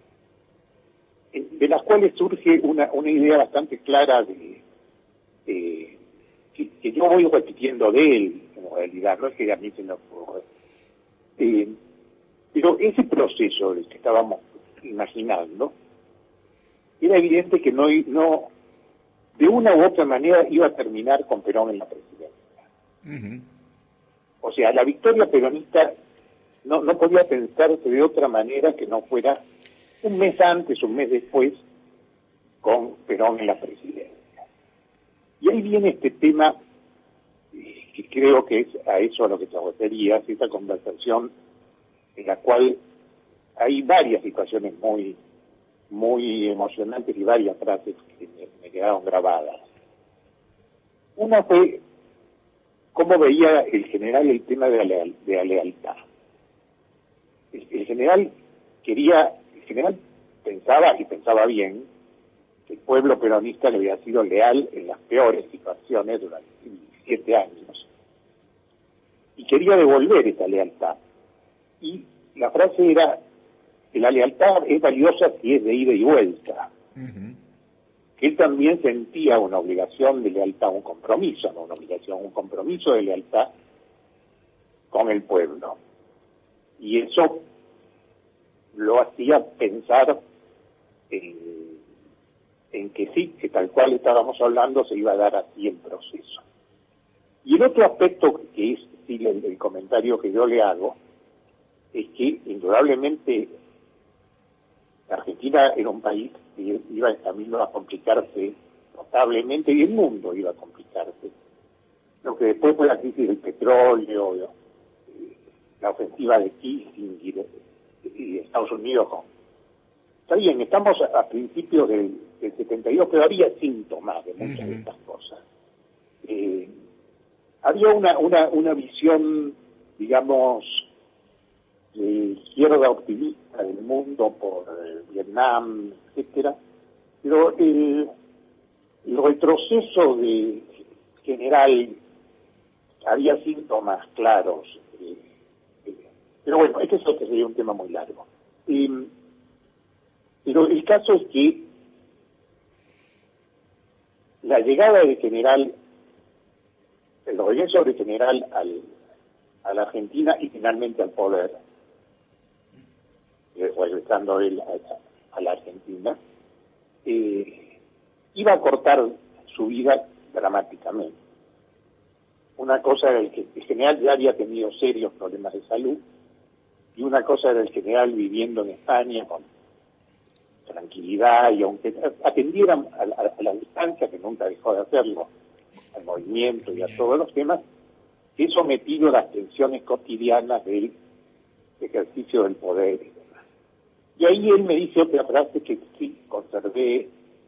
de las cuales surge una idea bastante clara que yo voy repitiendo de él, en realidad, no es que a mí se me ocurre. Pero ese proceso del que estábamos imaginando, era evidente que no de una u otra manera iba a terminar con Perón en la presidencia. O sea, la victoria peronista no podía pensarse de otra manera que no fuera un mes antes, un mes después, con Perón en la presidencia. Y ahí viene este tema, que creo que es a eso a lo que te referías, esta conversación en la cual hay varias situaciones muy, muy emocionantes y varias frases que me quedaron grabadas. Una fue cómo veía el general el tema de la lealtad. El general pensaba, y pensaba bien, que el pueblo peronista le había sido leal en las peores situaciones durante 17 años. Y quería devolver esa lealtad. Y la frase era que la lealtad es valiosa si es de ida y vuelta. Que él también sentía una obligación de lealtad, un compromiso, no una obligación, un compromiso de lealtad con el pueblo. Y eso lo hacía pensar en que sí, que tal cual estábamos hablando se iba a dar así el proceso. Y el otro aspecto que es sí, el comentario que yo le hago es que indudablemente Argentina era un país que iba en camino a complicarse notablemente, y el mundo iba a complicarse. Lo que después fue la crisis del petróleo, la ofensiva de Kissinger y de Estados Unidos. Está bien, estamos a principios del 72, pero había síntomas de muchas de estas cosas. Había una visión, digamos, de izquierda optimista del mundo por Vietnam, etcétera, pero el retroceso de general había síntomas claros, pero bueno, este sería un tema muy largo. Pero el caso es que la llegada del general, el regreso del general a la Argentina y finalmente al poder, regresando él a la Argentina, iba a cortar su vida dramáticamente. Una cosa era que el general ya había tenido serios problemas de salud, y una cosa era el general viviendo en España con tranquilidad, y aunque atendieran a la distancia, que nunca dejó de hacerlo, al movimiento y a todos los temas, que es sometido a las tensiones cotidianas del ejercicio del poder. Y ahí él me dice otra frase que sí conservé,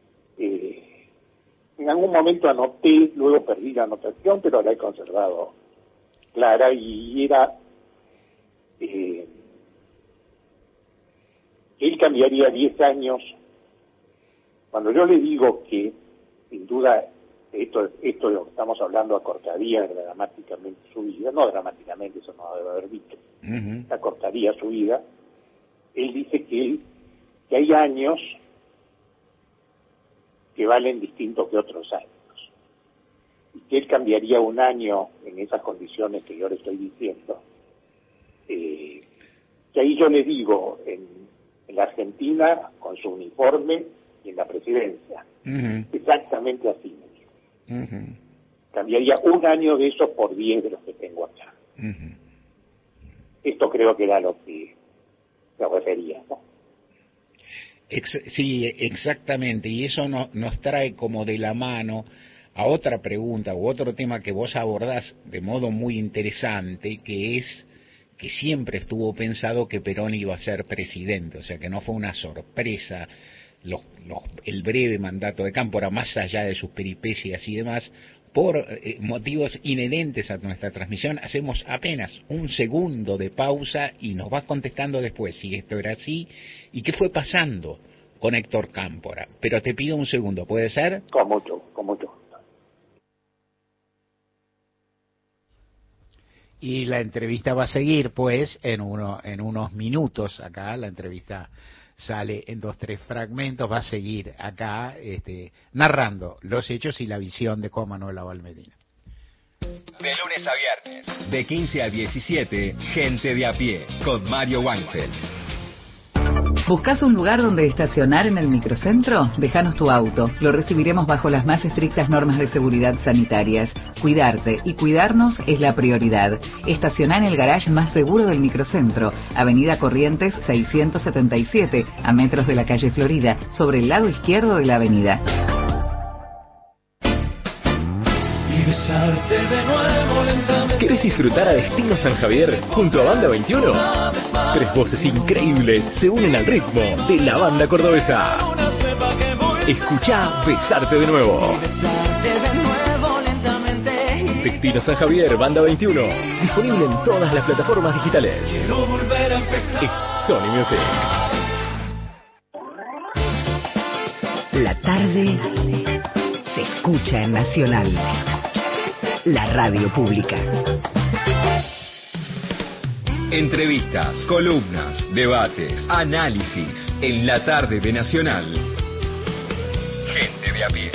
en algún momento anoté, luego perdí la anotación, pero la he conservado clara, y era él cambiaría 10 años. Cuando yo le digo que sin duda esto de lo que estamos hablando acortaría dramáticamente su vida, no dramáticamente, eso no debe haber dicho, acortaría su vida, él dice que hay años que valen distinto que otros años, y que él cambiaría un año en esas condiciones que yo le estoy diciendo, que ahí yo le digo, en la Argentina, con su uniforme y en la presidencia, exactamente así. Cambiaría un año de esos por 10 de los que tengo acá. Esto creo que era lo que se refería, ¿no? Sí, exactamente, y eso nos trae como de la mano a otra pregunta u otro tema que vos abordás de modo muy interesante, que es que siempre estuvo pensado que Perón iba a ser presidente, o sea que no fue una sorpresa el breve mandato de Cámpora, más allá de sus peripecias y demás, por motivos inherentes a nuestra transmisión, hacemos apenas un segundo de pausa y nos vas contestando después si esto era así y qué fue pasando con Héctor Cámpora. Pero te pido un segundo, ¿puede ser? Con mucho. Y la entrevista va a seguir, pues, en unos minutos acá. La entrevista sale en 2-3 fragmentos. Va a seguir acá narrando los hechos y la visión de Juan Manuel Abal Medina. De lunes a viernes, de 15 a 17, Gente de a pie, con Mario Weinfeld. ¿Buscas un lugar donde estacionar en el microcentro? Déjanos tu auto. Lo recibiremos bajo las más estrictas normas de seguridad sanitarias. Cuidarte y cuidarnos es la prioridad. Estacioná en el garage más seguro del microcentro, Avenida Corrientes 677, a metros de la calle Florida, sobre el lado izquierdo de la avenida. ¿Querés disfrutar a Destino San Javier junto a Banda 21? 3 voces increíbles se unen al ritmo de la banda cordobesa. Escuchá Besarte de Nuevo. Destino San Javier, Banda 21. Disponible en todas las plataformas digitales. Es Sony Music. La tarde se escucha en Nacional, la radio pública. Entrevistas, columnas, debates, análisis en la tarde de Nacional. Gente de a pie.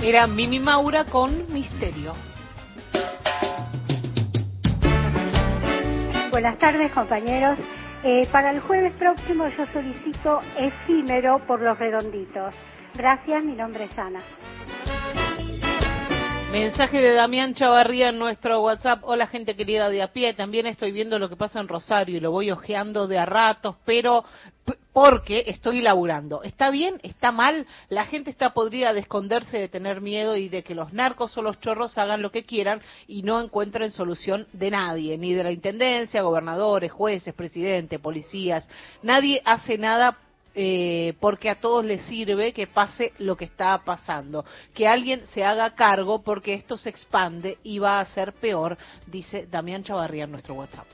Era Mimi Maura con Misterio. Buenas tardes, compañeros. Para el jueves próximo yo solicito Efímero por Los Redonditos. Gracias, mi nombre es Ana. Mensaje de Damián Chavarría en nuestro WhatsApp. Hola, gente querida de a pie. También estoy viendo lo que pasa en Rosario y lo voy ojeando de a ratos, pero porque estoy laburando. ¿Está bien? ¿Está mal? La gente está podrida de esconderse, de tener miedo y de que los narcos o los chorros hagan lo que quieran y no encuentren solución de nadie, ni de la intendencia, gobernadores, jueces, presidente, policías. Nadie hace nada porque a todos les sirve que pase lo que está pasando, que alguien se haga cargo porque esto se expande y va a ser peor, dice Damián Chavarría en nuestro WhatsApp.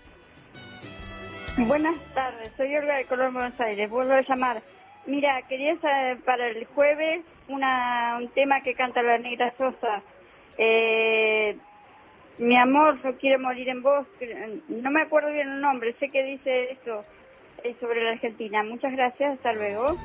Buenas tardes, soy Olga de Colón, Buenos Aires, vuelvo a llamar. Mira, quería saber para el jueves un tema que canta la Negra Sosa. Mi amor, yo quiero morir en vos, no me acuerdo bien el nombre, sé que dice eso. Sobre la Argentina. Muchas gracias, hasta luego.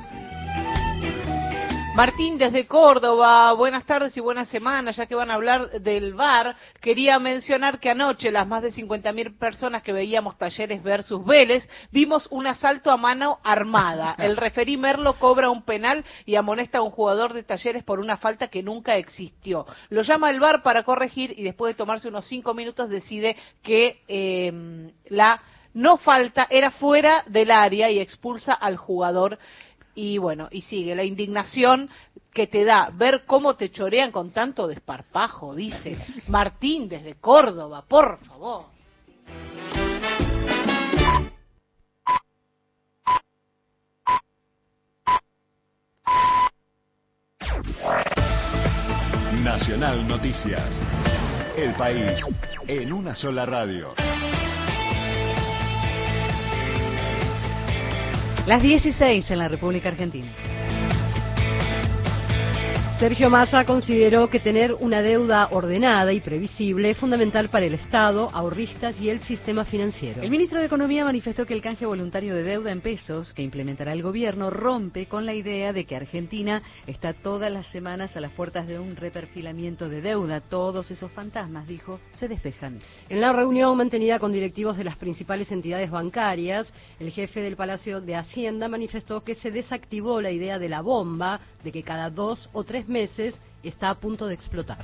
Martín desde Córdoba, buenas tardes y buena semana, ya que van a hablar del VAR, quería mencionar que anoche las más de 50.000 personas que veíamos Talleres versus Vélez, vimos un asalto a mano armada. El referí Merlo cobra un penal y amonesta a un jugador de Talleres por una falta que nunca existió. Lo llama el VAR para corregir y después de tomarse unos 5 minutos decide que la no falta era fuera del área y expulsa al jugador. Y bueno, y sigue la indignación que te da ver cómo te chorean con tanto desparpajo, dice Martín desde Córdoba, por favor. Nacional Noticias. El país en una sola radio. Las 16 en la República Argentina. Sergio Massa consideró que tener una deuda ordenada y previsible es fundamental para el Estado, ahorristas y el sistema financiero. El ministro de Economía manifestó que el canje voluntario de deuda en pesos que implementará el gobierno rompe con la idea de que Argentina está todas las semanas a las puertas de un reperfilamiento de deuda. Todos esos fantasmas, dijo, se despejan. En la reunión mantenida con directivos de las principales entidades bancarias, el jefe del Palacio de Hacienda manifestó que se desactivó la idea de la bomba, de que cada 2 o 3 meses está a punto de explotar.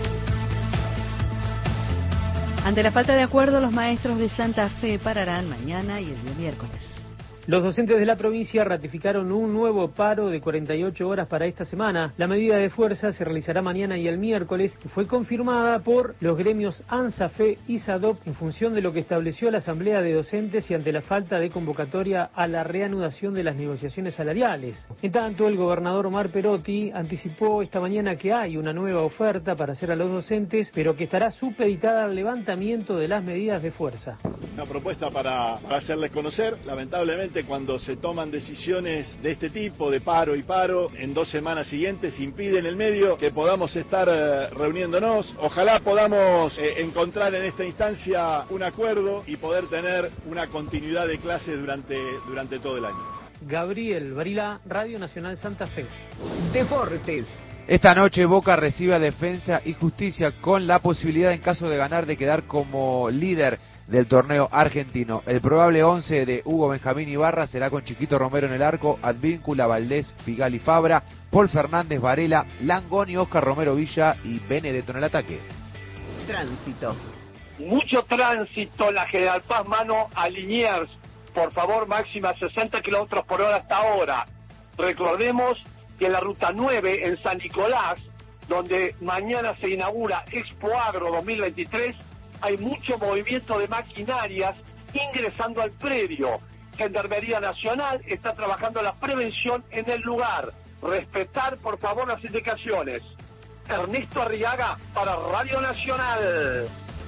Ante la falta de acuerdo, los maestros de Santa Fe pararán mañana y el día miércoles. Los docentes de la provincia ratificaron un nuevo paro de 48 horas para esta semana. La medida de fuerza se realizará mañana y el miércoles y fue confirmada por los gremios ANSAFE y SADOP en función de lo que estableció la Asamblea de Docentes y ante la falta de convocatoria a la reanudación de las negociaciones salariales. En tanto, el gobernador Omar Perotti anticipó esta mañana que hay una nueva oferta para hacer a los docentes, pero que estará supeditada al levantamiento de las medidas de fuerza. Una propuesta para hacerles conocer, lamentablemente cuando se toman decisiones de este tipo, de paro y paro, en 2 semanas siguientes impide en el medio que podamos estar reuniéndonos. Ojalá podamos encontrar en esta instancia un acuerdo y poder tener una continuidad de clases durante todo el año. Gabriel Varila, Radio Nacional Santa Fe. Deportes. Esta noche Boca recibe a Defensa y Justicia con la posibilidad, en caso de ganar, de quedar como líder del torneo argentino. El probable 11 de Hugo Benjamín Ibarra será con Chiquito Romero en el arco, Advíncula, Valdés, Figal y Fabra, Paul Fernández, Varela, Langoni, Oscar Romero Villa y Benedetto en el ataque. Tránsito. Mucho tránsito en la General Paz, mano a Liniers. Por favor, máxima 60 kilómetros por hora hasta ahora. Recordemos que en la ruta 9 en San Nicolás, donde mañana se inaugura Expo Agro 2023, hay mucho movimiento de maquinarias ingresando al predio. Gendarmería Nacional está trabajando la prevención en el lugar. Respetar, por favor, las indicaciones. Ernesto Arriaga para Radio Nacional.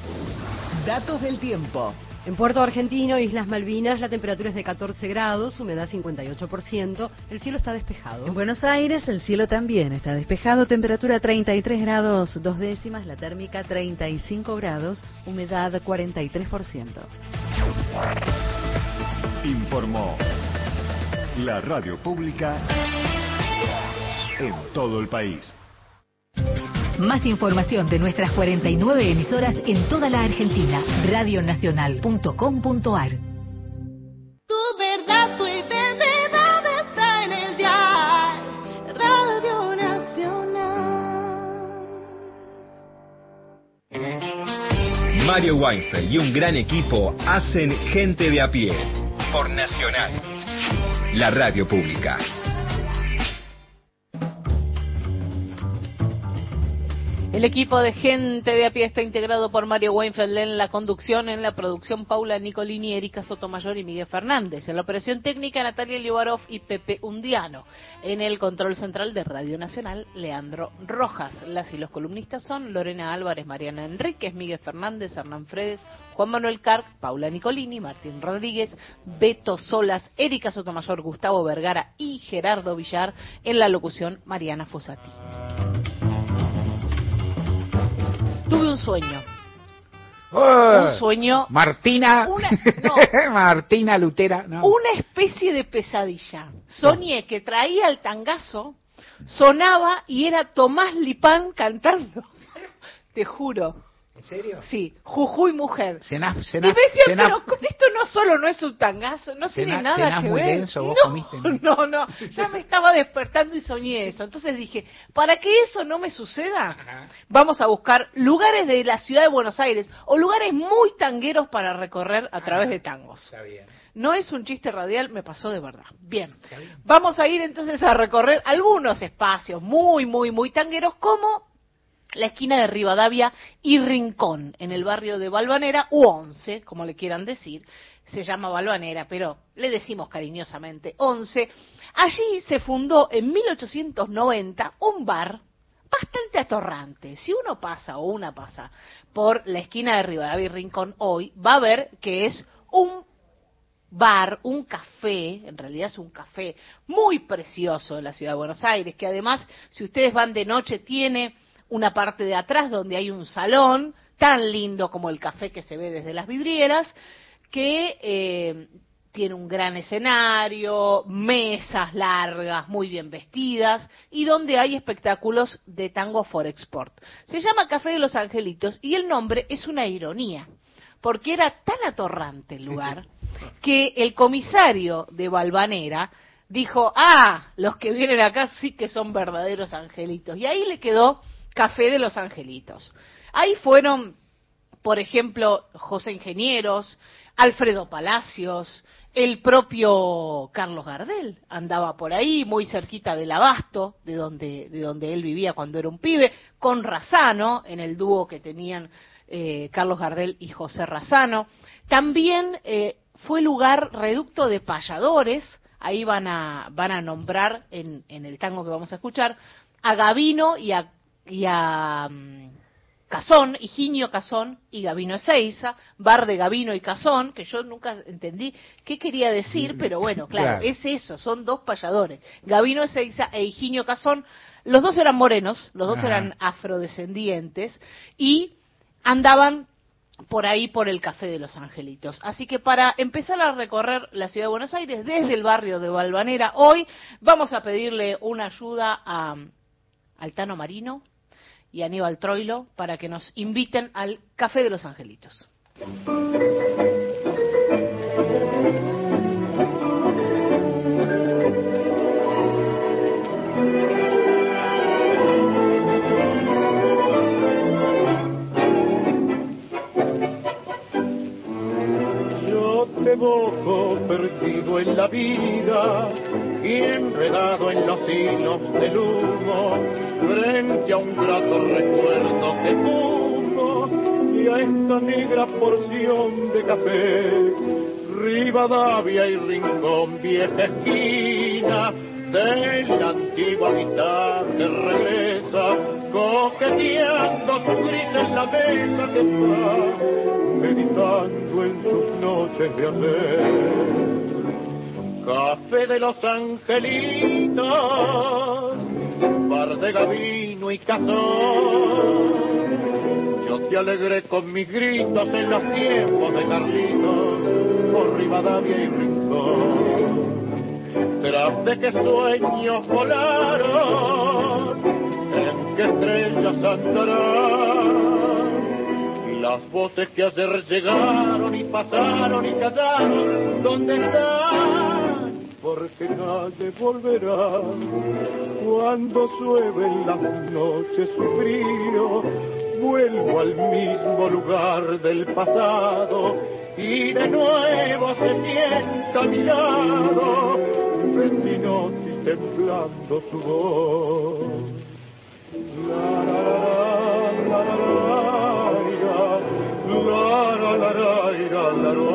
Datos del tiempo. En Puerto Argentino, Islas Malvinas, la temperatura es de 14 grados, humedad 58%, el cielo está despejado. En Buenos Aires, el cielo también está despejado, temperatura 33 grados, 2 décimas, la térmica 35 grados, humedad 43%. Informó la radio pública en todo el país. Más información de nuestras 49 emisoras en toda la Argentina. Radionacional.com.ar. Tu verdad, tu identidad está en el dial. Radio Nacional. Mario Weinfeld y un gran equipo hacen Gente de a pie por Nacional, la radio pública. El equipo de Gente de a pie está integrado por Mario Weinfeld en la conducción, en la producción Paula Nicolini, Erika Sotomayor y Miguel Fernández, en la operación técnica Natalia Liubarov y Pepe Undiano, en el control central de Radio Nacional Leandro Rojas. Las y los columnistas son Lorena Álvarez, Mariana Enríquez, Miguel Fernández, Hernán Fredes, Juan Manuel Carc, Paula Nicolini, Martín Rodríguez, Beto Solas, Erika Sotomayor, Gustavo Vergara y Gerardo Villar, en la locución Mariana Fossati. Tuve un sueño. Un sueño. Martina. Martina Lutera. No. Una especie de pesadilla. Soñé que traía el tangazo, sonaba y era Tomás Lipán cantando. Te juro. ¿En serio? Sí, Jujuy Mujer. Y me decía, pero esto no solo no es un tangazo, no tiene nada que muy ver. Denso, vos comiste, no, ya me estaba despertando y soñé eso. Entonces dije, para que eso no me suceda, vamos a buscar lugares de la ciudad de Buenos Aires o lugares muy tangueros para recorrer a través de tangos. Está bien. No es un chiste radial, me pasó de verdad. Bien, vamos a ir entonces a recorrer algunos espacios muy, muy, muy tangueros, como la esquina de Rivadavia y Rincón, en el barrio de Balvanera, u 11, como le quieran decir. Se llama Balvanera, pero le decimos cariñosamente 11. Allí se fundó en 1890 un bar bastante atorrante. Si uno pasa o una pasa por la esquina de Rivadavia y Rincón hoy, va a ver que es un bar, un café, en realidad es un café muy precioso en la ciudad de Buenos Aires, que además, si ustedes van de noche, tiene una parte de atrás donde hay un salón tan lindo como el café que se ve desde las vidrieras, que tiene un gran escenario, mesas largas, muy bien vestidas, y donde hay espectáculos de tango for export. Se llama Café de los Angelitos y el nombre es una ironía, porque era tan atorrante el lugar que el comisario de Balvanera dijo, los que vienen acá sí que son verdaderos angelitos, y ahí le quedó Café de los Angelitos. Ahí fueron, por ejemplo, José Ingenieros, Alfredo Palacios, el propio Carlos Gardel andaba por ahí, muy cerquita del Abasto, de donde él vivía cuando era un pibe, con Razzano, en el dúo que tenían Carlos Gardel y José Razzano. También fue lugar reducto de payadores. Ahí van a nombrar en el tango que vamos a escuchar a Gavino y a Cazón, Higinio Cazón y Gavino Ezeiza, bar de Gavino y Cazón, que yo nunca entendí qué quería decir, pero bueno, claro, es eso, son dos payadores, Gavino Ezeiza e Higinio Cazón. Los dos eran morenos, los dos eran afrodescendientes y andaban por ahí por el Café de los Angelitos. Así que para empezar a recorrer la ciudad de Buenos Aires desde el barrio de Balvanera, hoy vamos a pedirle una ayuda a Altano Marino y Aníbal Troilo para que nos inviten al Café de los Angelitos. Yo te evoco perdido en la vida y enredado en los hilos del humo, frente a un grato recuerdo que fumo y a esta negra porción de café. Rivadavia y Rincón, vieja esquina de la antigua mitad que regresa, coqueteando su gris en la mesa que está meditando en sus noches de ayer. Café de los Angelitos, bar de Gavino y Cazón. Yo te alegré con mis gritos en los tiempos de Carlitos, por Rivadavia y Rincón. Tras de que sueños volaron, qué estrellas andarán. Las voces que ayer llegaron y pasaron y callaron, ¿dónde están? Porque nadie volverá. Cuando llueven las noches su frío, vuelvo al mismo lugar del pasado y de nuevo se sienta a mi lado, Bettinotti temblando su voz. La la la la la la la.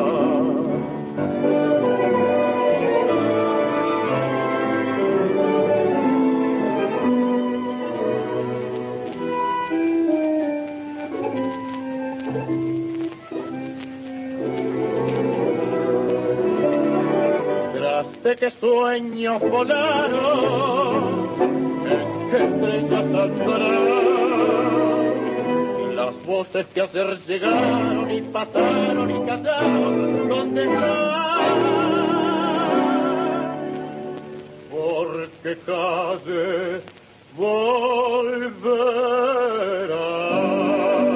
De que sueños volaron, en que estrellas andarán. Las voces que ayer llegaron y pasaron y callaron, ¿dónde están? Porque calle volverá.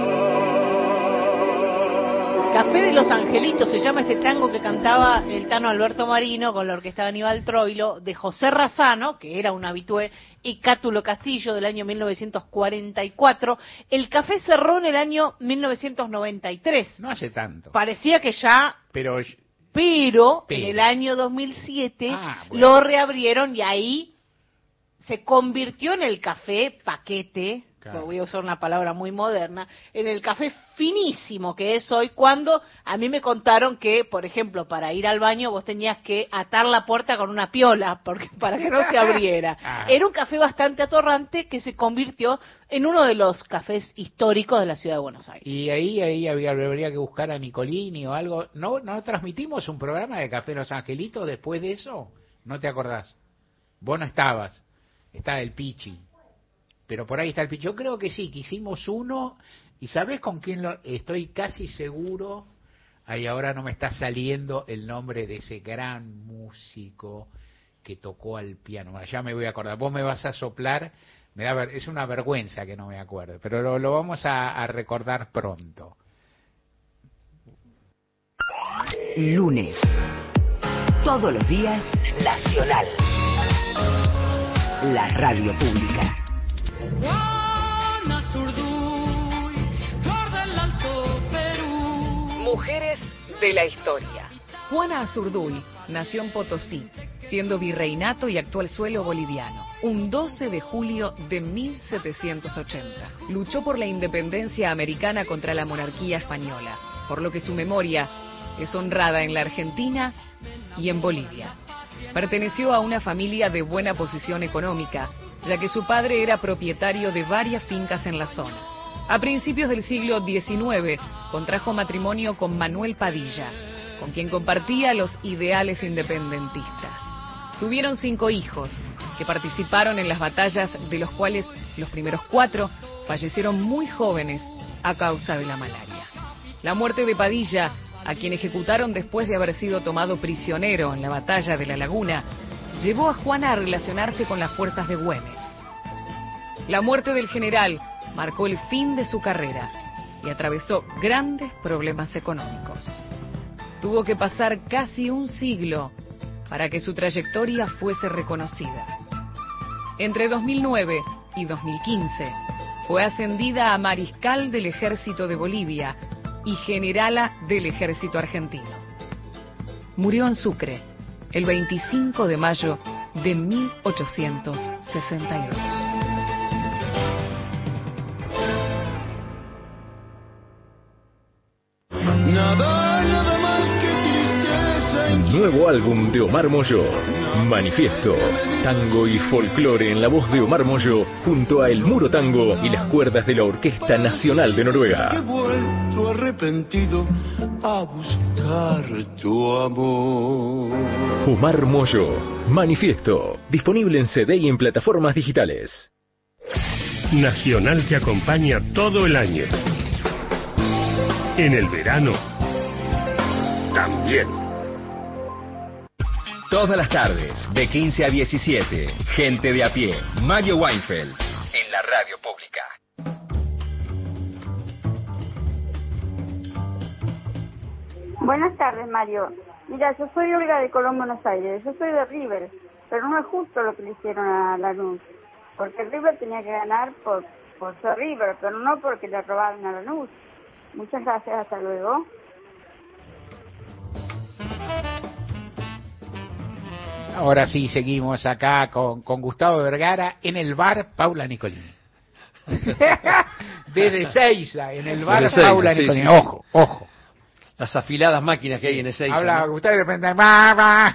Café de los Angelitos se llama este tango que cantaba el Tano Alberto Marino con la orquesta de Aníbal Troilo, de José Razzano, que era un habitué, y Cátulo Castillo, del año 1944. El café cerró en el año 1993. No hace tanto. Parecía que ya... Pero en el año 2007 lo reabrieron y ahí se convirtió en el café paquete. Claro. Voy a usar una palabra muy moderna, en el café finísimo que es hoy, cuando a mí me contaron que, por ejemplo, para ir al baño vos tenías que atar la puerta con una piola para que no se abriera. Era un café bastante atorrante que se convirtió en uno de los cafés históricos de la ciudad de Buenos Aires. Y ahí habría que buscar a Nicolini o algo. ¿No transmitimos un programa de Café Los Angelitos después de eso? ¿No te acordás? Vos no estabas. Estaba el Pichi. Pero por ahí está el Pichi. Yo creo que sí, que hicimos uno. ¿Y sabés con quién estoy casi seguro? Ahí ahora no me está saliendo el nombre de ese gran músico que tocó al piano. Bueno, ya me voy a acordar. Vos me vas a soplar. Es una vergüenza que no me acuerdo. Pero lo vamos a recordar pronto. Lunes. Todos los días, Nacional. La radio pública. Juana Zurduy, flor del Alto Perú. Mujeres de la historia. Juana Azurduy nació en Potosí, siendo virreinato y actual suelo boliviano, un 12 de julio de 1780. Luchó por la independencia americana contra la monarquía española, por lo que su memoria es honrada en la Argentina y en Bolivia. Perteneció a una familia de buena posición económica, ya que su padre era propietario de varias fincas en la zona. A principios del siglo XIX, contrajo matrimonio con Manuel Padilla, con quien compartía los ideales independentistas. Tuvieron 5 hijos, que participaron en las batallas, de los cuales los primeros 4 fallecieron muy jóvenes a causa de la malaria. La muerte de Padilla, a quien ejecutaron después de haber sido tomado prisionero en la batalla de La Laguna, llevó a Juana a relacionarse con las fuerzas de Güemes. La muerte del general marcó el fin de su carrera y atravesó grandes problemas económicos. Tuvo que pasar casi un siglo para que su trayectoria fuese reconocida. Entre 2009 y 2015 fue ascendida a mariscal del Ejército de Bolivia y generala del Ejército Argentino. Murió en Sucre el 25 de mayo de 1862. Nada más que tristeza. Nuevo álbum de Omar Moyo, Manifiesto, tango y folclore en la voz de Omar Moyo, junto a El Muro Tango y las cuerdas de la Orquesta Nacional de He Noruega. vuelto arrepentido a buscar tu amor. Omar Moyo, Manifiesto, disponible en CD y en plataformas digitales. Nacional te acompaña todo el año. En el verano, también. Todas las tardes, de 15 a 17, Gente de a pie, Mario Weinfeld, en la radio pública. Buenas tardes, Mario. Mira, yo soy Olga de Colón, Buenos Aires. Yo soy de River, pero no es justo lo que le hicieron a Lanús. Porque River tenía que ganar por ser River, pero no porque le robaron a Lanús. Muchas gracias, hasta luego. Ahora sí, seguimos acá con Gustavo Vergara en el bar Paula Nicolini. Desde Seiza, en el bar Ezeiza, Paula sí, Nicolini. sí. Ojo, ojo. Las afiladas máquinas que hay en Ezeiza. Habla ¿no? Gustavo y de repente, ¡va!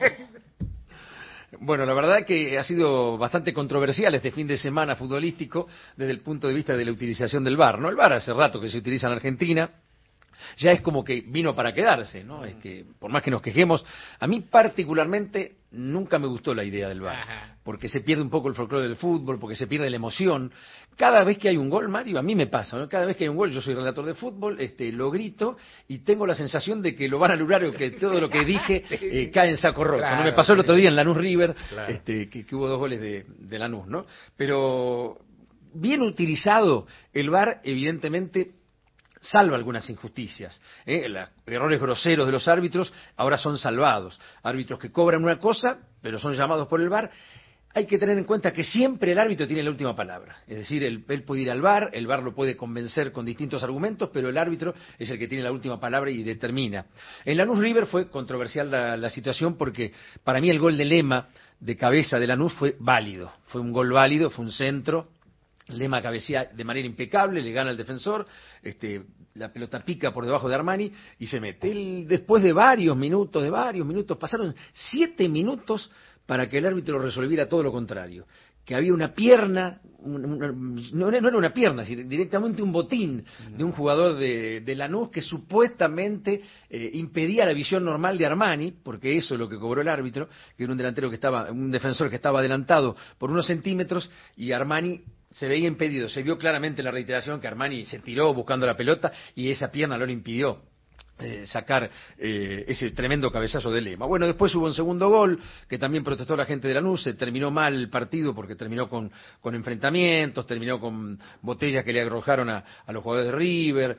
Bueno, la verdad que ha sido bastante controversial este fin de semana futbolístico desde el punto de vista de la utilización del VAR, ¿no? El VAR hace rato que se utiliza en Argentina, ya es como que vino para quedarse, ¿no? Es que, por más que nos quejemos, a mí particularmente nunca me gustó la idea del VAR, porque se pierde un poco el folclore del fútbol, porque se pierde la emoción. Cada vez que hay un gol, Mario, a mí me pasa, ¿no? Cada vez que hay un gol, yo soy relator de fútbol, lo grito y tengo la sensación de que lo van a anular o que todo lo que dije cae en saco roto. Claro, ¿no? Me pasó el otro sí. día en Lanús River, Claro. que hubo 2 goles de Lanús, ¿no? Pero bien utilizado, el VAR evidentemente salva algunas injusticias. Los errores groseros de los árbitros ahora son salvados. Árbitros que cobran una cosa, pero son llamados por el VAR. Hay que tener en cuenta que siempre el árbitro tiene la última palabra. Es decir, él puede ir al VAR, el VAR lo puede convencer con distintos argumentos, pero el árbitro es el que tiene la última palabra y determina. En Lanús River fue controversial la situación porque para mí el gol de Lema de cabeza de Lanús fue válido. Fue un gol válido, fue un centro. Lema cabecea de manera impecable, le gana al defensor, la pelota pica por debajo de Armani y se mete. Después de varios minutos, pasaron 7 minutos para que el árbitro resolviera todo lo contrario. Que había una pierna, no era una pierna, sino directamente un botín de un jugador de Lanús que supuestamente impedía la visión normal de Armani, porque eso es lo que cobró el árbitro, que era un defensor que estaba adelantado por unos centímetros y Armani se veía impedido. Se vio claramente en la reiteración que Armani se tiró buscando la pelota y esa pierna lo impidió sacar ese tremendo cabezazo de Lema. Bueno, después hubo un segundo gol que también protestó la gente de Lanús. Se terminó mal el partido porque terminó con enfrentamientos, terminó con botellas que le arrojaron a los jugadores de River.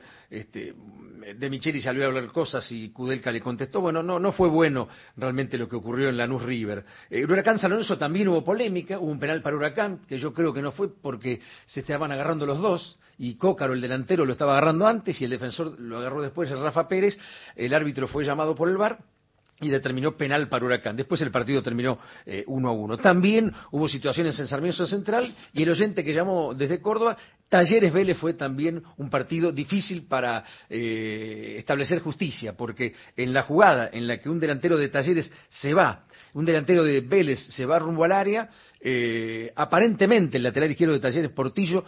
De Micheli salió a hablar cosas y Kudelka le contestó. Bueno, no fue bueno realmente lo que ocurrió en Lanús River. Huracán San Lorenzo también hubo polémica, hubo un penal para Huracán que yo creo que no fue porque se estaban agarrando los dos y Cócaro, el delantero, lo estaba agarrando antes y el defensor lo agarró después, el Rafa Pérez. El árbitro fue llamado por el VAR y determinó penal para Huracán. Después el partido terminó 1-1. También hubo situaciones en Sarmiento Central y el oyente que llamó desde Córdoba, Talleres Vélez fue también un partido difícil para establecer justicia, porque en la jugada en la que un delantero de Talleres un delantero de Vélez se va rumbo al área, aparentemente el lateral izquierdo de Talleres, Portillo,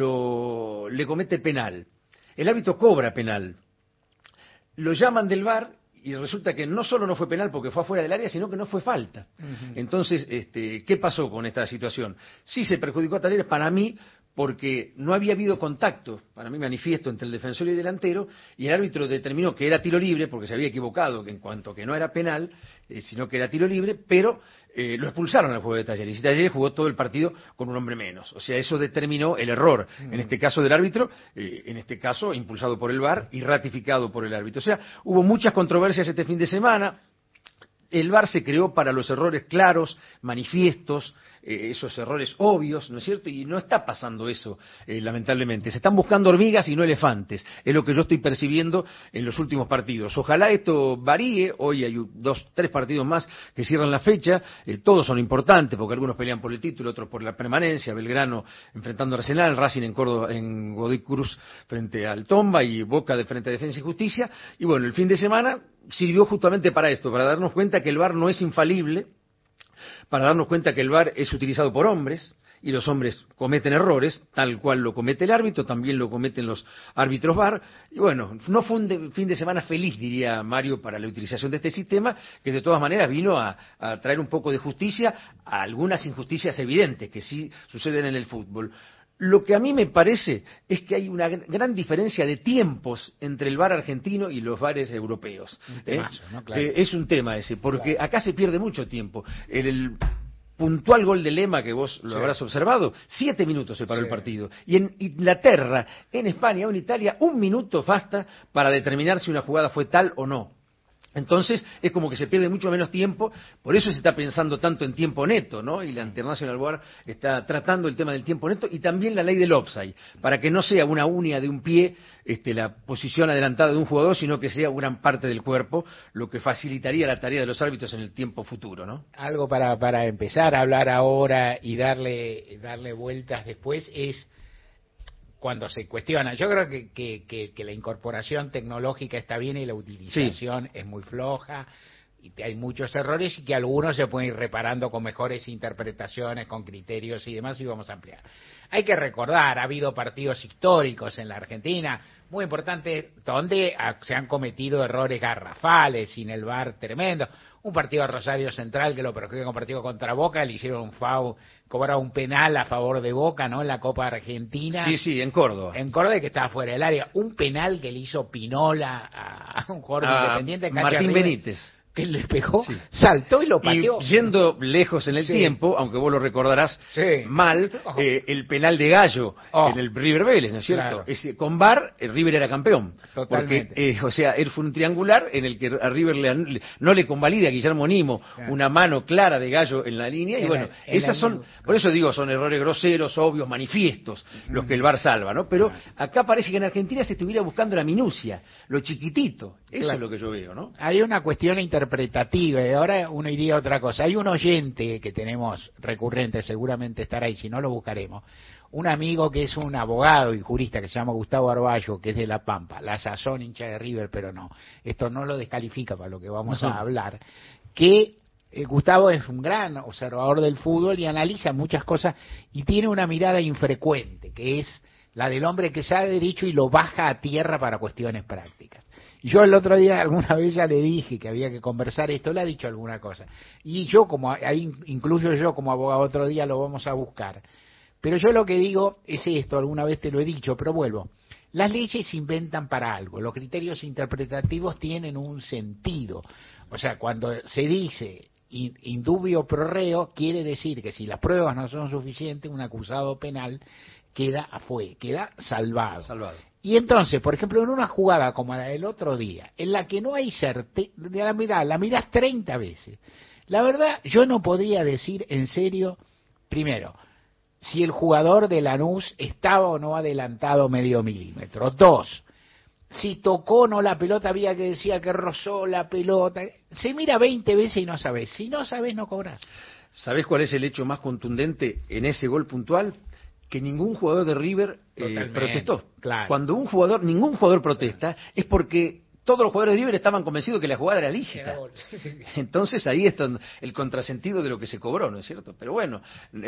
le comete penal. El árbitro cobra penal. Lo llaman del VAR y resulta que no solo no fue penal porque fue afuera del área, sino que no fue falta. Entonces, ¿qué pasó con esta situación? Sí se perjudicó a Talleres para mí porque no había habido contacto, para mí manifiesto, entre el defensor y el delantero, y el árbitro determinó que era tiro libre, porque se había equivocado en cuanto que no era penal, sino que era tiro libre, pero lo expulsaron al juego de Talleres, y Talleres jugó todo el partido con un hombre menos. O sea, eso determinó el error, en este caso del árbitro, en este caso impulsado por el VAR y ratificado por el árbitro. O sea, hubo muchas controversias este fin de semana. El VAR se creó para los errores claros, manifiestos, esos errores obvios, ¿no es cierto? Y no está pasando eso, lamentablemente. Se están buscando hormigas y no elefantes. Es lo que yo estoy percibiendo en los últimos partidos. Ojalá esto varíe. Hoy hay 2-3 partidos más que cierran la fecha. Todos son importantes porque algunos pelean por el título, otros por la permanencia. Belgrano enfrentando a Arsenal, Racing en Córdoba, en Godoy Cruz frente al Tomba y Boca de frente a Defensa y Justicia. Y bueno, el fin de semana sirvió justamente para esto, para darnos cuenta que el VAR no es infalible, para darnos cuenta que el VAR es utilizado por hombres, y los hombres cometen errores, tal cual lo comete el árbitro, también lo cometen los árbitros VAR, y bueno, no fue un fin de semana feliz, diría Mario, para la utilización de este sistema, que de todas maneras vino a traer un poco de justicia a algunas injusticias evidentes que sí suceden en el fútbol. Lo que a mí me parece es que hay una gran diferencia de tiempos entre el VAR argentino y los VARes europeos. Un temazo, ¿no? Claro. Es un tema ese, porque acá se pierde mucho tiempo. puntual gol de Lema, que vos lo habrás observado, 7 minutos se paró el partido. Y en Inglaterra, en España o en Italia, 1 minuto basta para determinar si una jugada fue tal o no. Entonces, es como que se pierde mucho menos tiempo, por eso se está pensando tanto en tiempo neto, ¿no? Y la International Board está tratando el tema del tiempo neto y también la ley del offside, para que no sea una uña de un pie la posición adelantada de un jugador, sino que sea gran parte del cuerpo, lo que facilitaría la tarea de los árbitros en el tiempo futuro, ¿no? Algo para empezar a hablar ahora y darle vueltas después es cuando se cuestiona. Yo creo que la incorporación tecnológica está bien y la utilización es muy floja, y hay muchos errores y que algunos se pueden ir reparando con mejores interpretaciones, con criterios y demás, y vamos a ampliar. Hay que recordar, ha habido partidos históricos en la Argentina, muy importantes, donde se han cometido errores garrafales, sin el VAR tremendo. Un partido de Rosario Central que lo perjudicó, un partido contra Boca, le hicieron un foul, cobraron un penal a favor de Boca, ¿no? En la Copa Argentina. Sí, en Córdoba. En Córdoba, que estaba fuera del área. Un penal que le hizo Pinola a un jugador independiente. Martín Benítez. Que le pegó, saltó y lo pateó. Y yendo lejos en el tiempo, aunque vos lo recordarás mal, el penal de Gallo en el River Vélez, ¿no es cierto? Claro. Con VAR, el River era campeón. Totalmente. Porque, él fue un triangular en el que a River no le convalida a Guillermo Nimo una mano clara de Gallo en la línea. Y bueno, esas son, por eso digo, son errores groseros, obvios, manifiestos, los que el VAR salva, ¿no? Pero acá parece que en Argentina se estuviera buscando la minucia, lo chiquitito. Eso es lo que yo veo, ¿no? Hay una cuestión interpretativa, y ahora uno diría otra cosa. Hay un oyente que tenemos recurrente, seguramente estará ahí, si no lo buscaremos, un amigo que es un abogado y jurista que se llama Gustavo Arballo, que es de La Pampa, la sazón hincha de River, pero no, esto no lo descalifica para lo que vamos a hablar, que Gustavo es un gran observador del fútbol y analiza muchas cosas y tiene una mirada infrecuente, que es la del hombre que sabe derecho y lo baja a tierra para cuestiones prácticas. Yo el otro día alguna vez ya le dije que había que conversar esto, le ha dicho alguna cosa. Y yo, como ahí incluyo yo como abogado, otro día lo vamos a buscar. Pero yo lo que digo es esto, alguna vez te lo he dicho, pero vuelvo. Las leyes se inventan para algo, los criterios interpretativos tienen un sentido. O sea, cuando se dice indubio pro reo, quiere decir que si las pruebas no son suficientes, un acusado penal queda salvado. Y entonces, por ejemplo, en una jugada como la del otro día, en la que no hay certeza, la mirás 30 veces. La verdad, yo no podría decir en serio, primero, si el jugador de Lanús estaba o no adelantado medio milímetro. 2, si tocó o no la pelota, había que decir que rozó la pelota. Se mira 20 veces y no sabés. Si no sabés, no cobrás. ¿Sabés cuál es el hecho más contundente en ese gol puntual? Que ningún jugador de River protestó. Claro. Cuando ningún jugador protesta, es porque todos los jugadores de River estaban convencidos que la jugada era lícita. Entonces ahí está el contrasentido de lo que se cobró, ¿no es cierto? Pero bueno,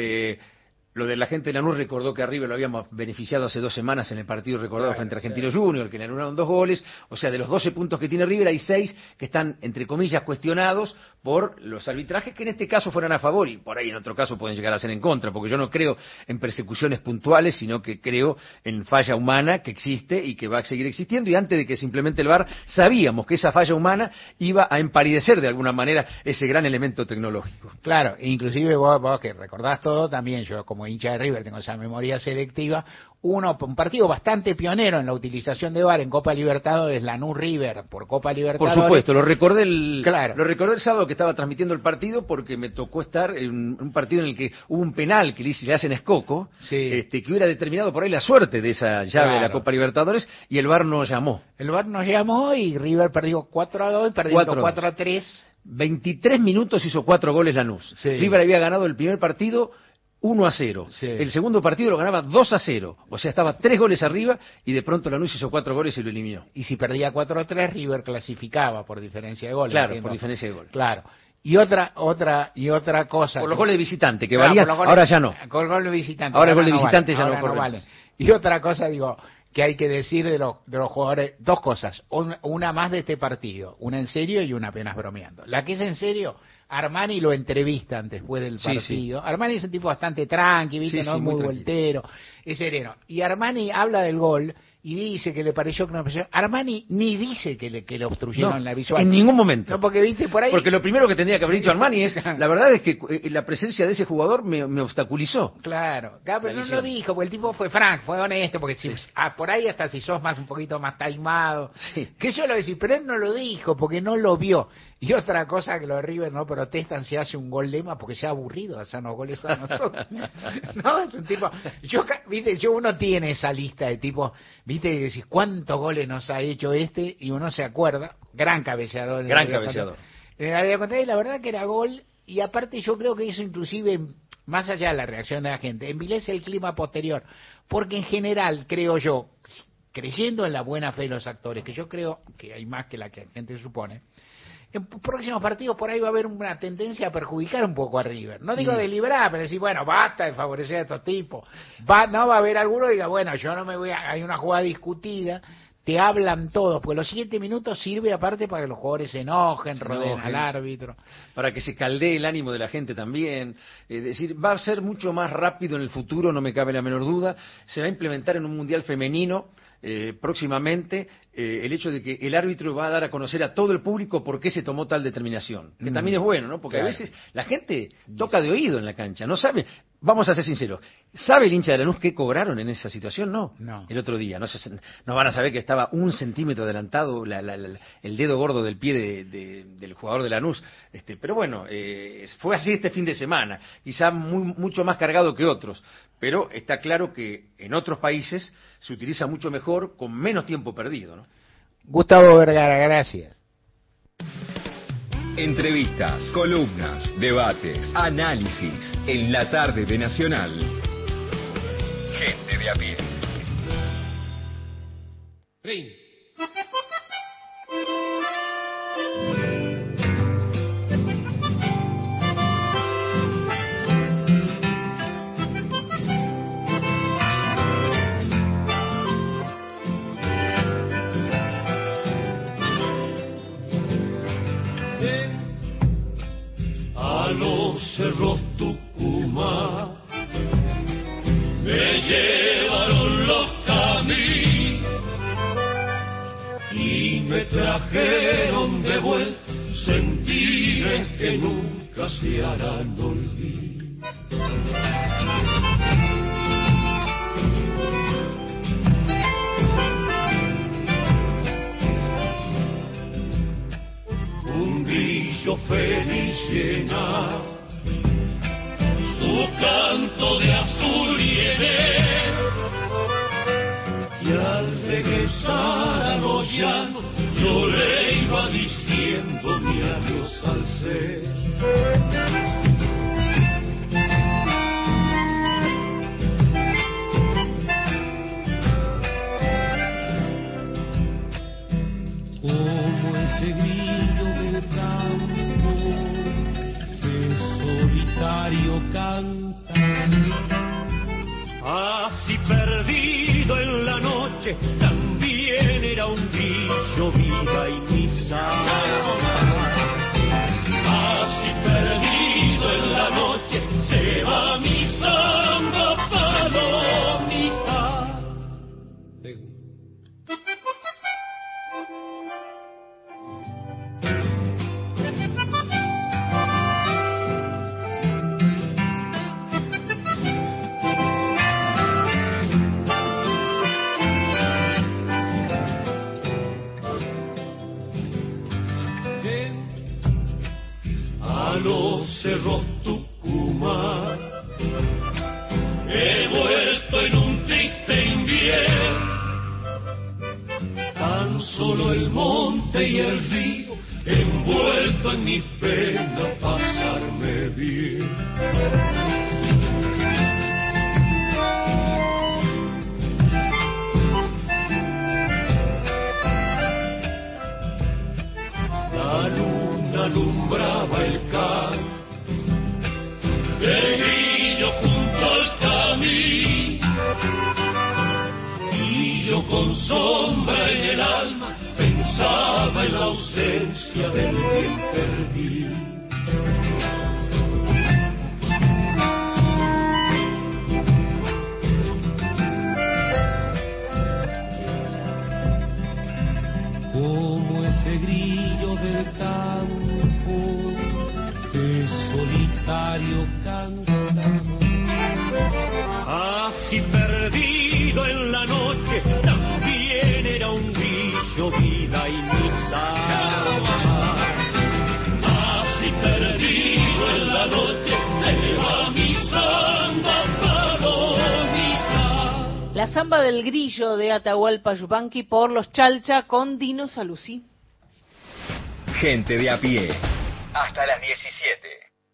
lo de la gente de Lanús recordó que a River lo habíamos beneficiado hace 2 semanas en el partido recordado frente a Argentino Junior, que le anularon 2 goles. O sea, de los 12 puntos que tiene River, hay 6 que están, entre comillas, cuestionados por los arbitrajes, que en este caso fueran a favor, y por ahí en otro caso pueden llegar a ser en contra, porque yo no creo en persecuciones puntuales, sino que creo en falla humana que existe y que va a seguir existiendo, y antes de que se implemente el VAR, sabíamos que esa falla humana iba a empalidecer de alguna manera ese gran elemento tecnológico. Claro, inclusive vos que recordás todo, también yo como hincha de River tengo esa memoria selectiva, un partido bastante pionero en la utilización de VAR en Copa Libertadores, Lanús River por Copa Libertadores. Por supuesto, lo recordé el sábado que estaba transmitiendo el partido, porque me tocó estar en un partido en el que hubo un penal que le hacen a Escoco, que hubiera determinado por ahí la suerte de esa llave de la Copa Libertadores, y el VAR nos llamó. El VAR nos llamó y River perdió 4-2, perdiendo 4-3. 23 minutos hizo 4 goles Lanús. River había ganado el primer partido 1-0. El segundo partido lo ganaba 2-0. O sea, estaba 3 goles arriba y de pronto Lanús hizo 4 goles y lo eliminó. Y si perdía 4-3, River clasificaba por diferencia de goles. Claro, por diferencia de goles. Claro. Y otra cosa. Por los goles de visitante, que valían, ahora ya no. Con el gol de visitante. Ahora el gol de visitante ya no corre. Vale. Y otra cosa, que hay que decir de los jugadores, 2 cosas. Una más de este partido, una en serio y una apenas bromeando. La que es en serio, Armani lo entrevistan después del partido. Armani es un tipo bastante tranqui, ¿viste? No es muy voltero, es sereno. Y Armani habla del gol y dice que le pareció que no obstruyó. Armani ni dice que le obstruyeron la visual. En ningún momento. No, porque viste por ahí. Porque lo primero que tendría que haber dicho Armani es, la verdad es que la presencia de ese jugador me obstaculizó. Claro, pero no lo dijo, porque el tipo fue frank, fue honesto, porque si, por ahí hasta si sos más un poquito más taimado, que yo lo decía, pero él no lo dijo, porque no lo vio. Y otra cosa que los de River no protestan si hace un gol Lema, porque ya aburrido hacernos goles a nosotros. No, es un tipo, viste, uno tiene esa lista de tipos, viste, que decís cuántos goles nos ha hecho este, y uno se acuerda, gran cabeceador. Gran cabeceador. Y la verdad que era gol, y aparte yo creo que eso inclusive, más allá de la reacción de la gente, envilece el clima posterior, porque en general, creo yo, creyendo en la buena fe de los actores, que yo creo que hay más que la que la gente supone, en próximos partidos por ahí va a haber una tendencia a perjudicar un poco a River. No digo de librar, pero decir, bueno, basta de favorecer a estos tipos. No va a haber alguno que diga, bueno, yo no me voy a... Hay una jugada discutida, te hablan todos, porque los 7 minutos sirve aparte para que los jugadores se enojen, rodeen al árbitro. Para que se caldee el ánimo de la gente también. Es decir, va a ser mucho más rápido en el futuro, no me cabe la menor duda. Se va a implementar en un mundial femenino próximamente el hecho de que el árbitro va a dar a conocer a todo el público por qué se tomó tal determinación, que también es bueno, ¿no? Porque a veces la gente toca de oído en la cancha, no sabe, vamos a ser sinceros, ¿sabe el hincha de Lanús qué cobraron en esa situación? No. El otro día, no van a saber que estaba 1 centímetro adelantado el dedo gordo del pie del jugador de Lanús, pero bueno, fue así este fin de semana, quizá mucho más cargado que otros, pero está claro que en otros países se utiliza mucho mejor, con menos tiempo perdido, ¿no? Gustavo Vergara, gracias. Entrevistas, columnas, debates, análisis en la tarde de Nacional. Gente de a pie. A los cerros Tucumán me llevaron los caminos y me trajeron de vuelta sentires que nunca se harán olvidar. Un grillo feliz llena su canto de azul y enero, y al regresar a los llanos yo le iba diciendo mi adiós al ser. Como ese grillo del campo que solitario canta, así perdido en la noche también era un grillo vida y misa. Así perdido en la noche se va mi samba palomita. A los cerros Tucumán he vuelto en un triste invierno, tan solo el monte y el río envuelto en mi pena pasarme bien. La luna alumbraba el campo, el grillo junto al camino, y yo con sombra en el alma pensaba en la ausencia del bien perdido. solitario cantando. Así perdido en la noche, también era un grillo, vida y mi samba. Así perdido en la noche, se va mi samba favorita. La samba del grillo de Atahualpa Yupanqui por los Chalcha con Dino Saluzzi. Gente de a pie. Hasta las 17.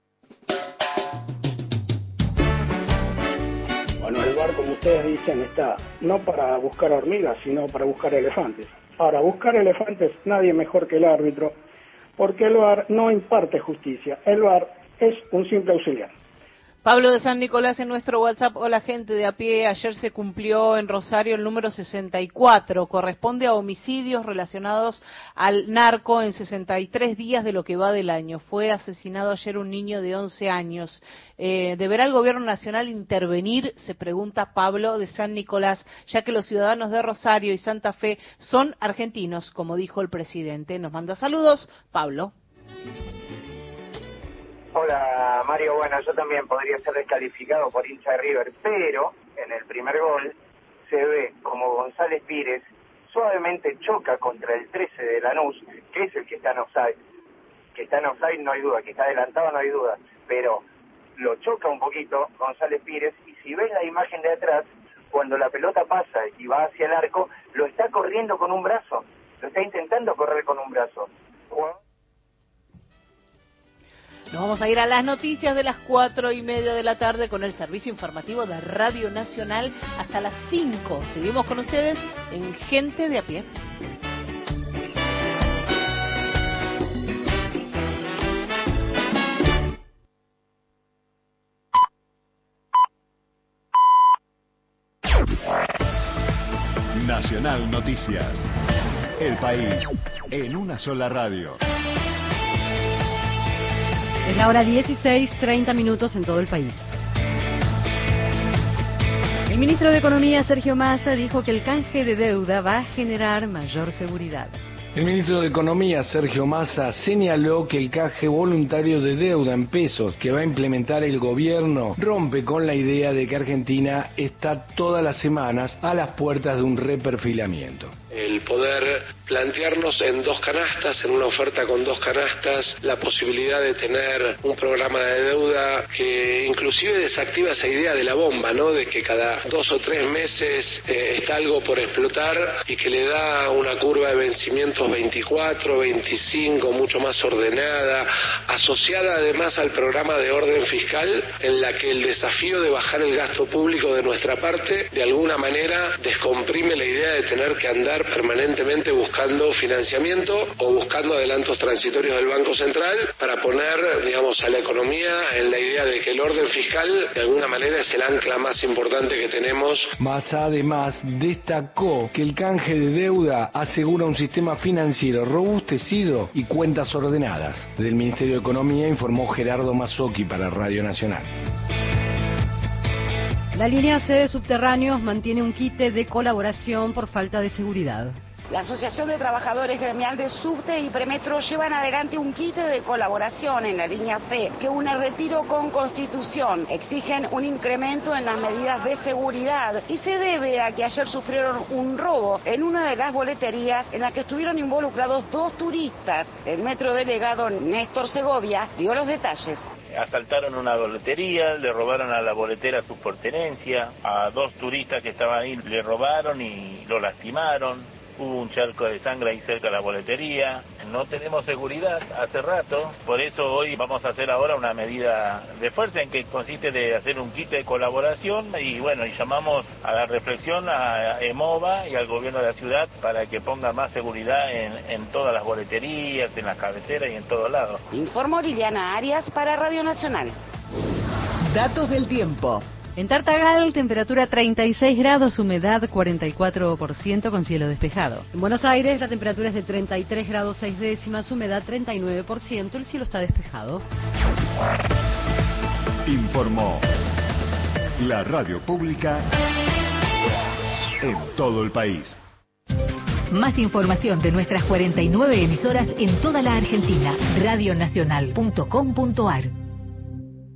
Bueno, el VAR, como ustedes dicen, está no para buscar hormigas, sino para buscar elefantes. Ahora, buscar elefantes, nadie mejor que el árbitro, porque el VAR no imparte justicia. El VAR es un simple auxiliar. Pablo de San Nicolás en nuestro WhatsApp. Hola, gente de a pie. Ayer se cumplió en Rosario el número 64. Corresponde a homicidios relacionados al narco en 63 días de lo que va del año. Fue asesinado ayer un niño de 11 años. ¿Deberá el gobierno nacional intervenir? Se pregunta Pablo de San Nicolás, ya que los ciudadanos de Rosario y Santa Fe son argentinos, como dijo el presidente. Nos manda saludos, Pablo. Hola Mario, bueno, yo también podría ser descalificado por hincha de River, pero en el primer gol se ve como González Pires suavemente choca contra el 13 de Lanús, que es el que está en offside. Que está en offside no hay duda, que está adelantado no hay duda, pero lo choca un poquito González Pires, y si ves la imagen de atrás, cuando la pelota pasa y va hacia el arco, lo está corriendo con un brazo, lo está intentando correr con un brazo. Nos vamos a ir a las noticias de las 4:30 de la tarde con el servicio informativo de Radio Nacional hasta las 5. Seguimos con ustedes en Gente de a pie. Nacional Noticias. El país en una sola radio. Es la hora 16:30 en todo el país. El ministro de Economía, Sergio Massa, dijo que el canje de deuda va a generar mayor seguridad. El ministro de Economía, Sergio Massa, señaló que el canje voluntario de deuda en pesos que va a implementar el gobierno rompe con la idea de que Argentina está todas las semanas a las puertas de un reperfilamiento. El poder plantearnos en dos canastas, en una oferta con dos canastas, la posibilidad de tener un programa de deuda que inclusive desactiva esa idea de la bomba, ¿no? De que cada 2 o 3 meses está algo por explotar y que le da una curva de vencimientos 24, 25, mucho más ordenada, asociada además al programa de orden fiscal, en la que el desafío de bajar el gasto público de nuestra parte, de alguna manera descomprime la idea de tener que andar permanentemente buscando financiamiento o buscando adelantos transitorios del Banco Central para poner, digamos, a la economía en la idea de que el orden fiscal de alguna manera es el ancla más importante que tenemos. Massa además destacó que el canje de deuda asegura un sistema financiero robustecido y cuentas ordenadas. Del Ministerio de Economía informó Gerardo Mazzocchi para Radio Nacional. La línea C de subterráneos mantiene un quite de colaboración por falta de seguridad. La Asociación de Trabajadores Gremial de Subte y Premetro llevan adelante un quite de colaboración en la línea C que une retiro con Constitución. Exigen un incremento en las medidas de seguridad y se debe a que ayer sufrieron un robo en una de las boleterías en la que estuvieron involucrados 2 turistas. El metrodelegado Néstor Segovia dio los detalles. Asaltaron una boletería, le robaron a la boletera su pertenencia, a 2 turistas que estaban ahí le robaron y lo lastimaron. Hubo un charco de sangre ahí cerca de la boletería. No tenemos seguridad hace rato, por eso hoy vamos a hacer ahora una medida de fuerza en que consiste de hacer un quite de colaboración y bueno, y llamamos a la reflexión a EMOVA y al gobierno de la ciudad para que ponga más seguridad en todas las boleterías, en las cabeceras y en todos lados. Informó Liliana Arias para Radio Nacional. Datos del tiempo. En Tartagal, temperatura 36 grados, humedad 44% con cielo despejado. En Buenos Aires, la temperatura es de 33 grados 6 décimas, humedad 39%, el cielo está despejado. Informó la radio pública en todo el país. Más información de nuestras 49 emisoras en toda la Argentina. Radionacional.com.ar.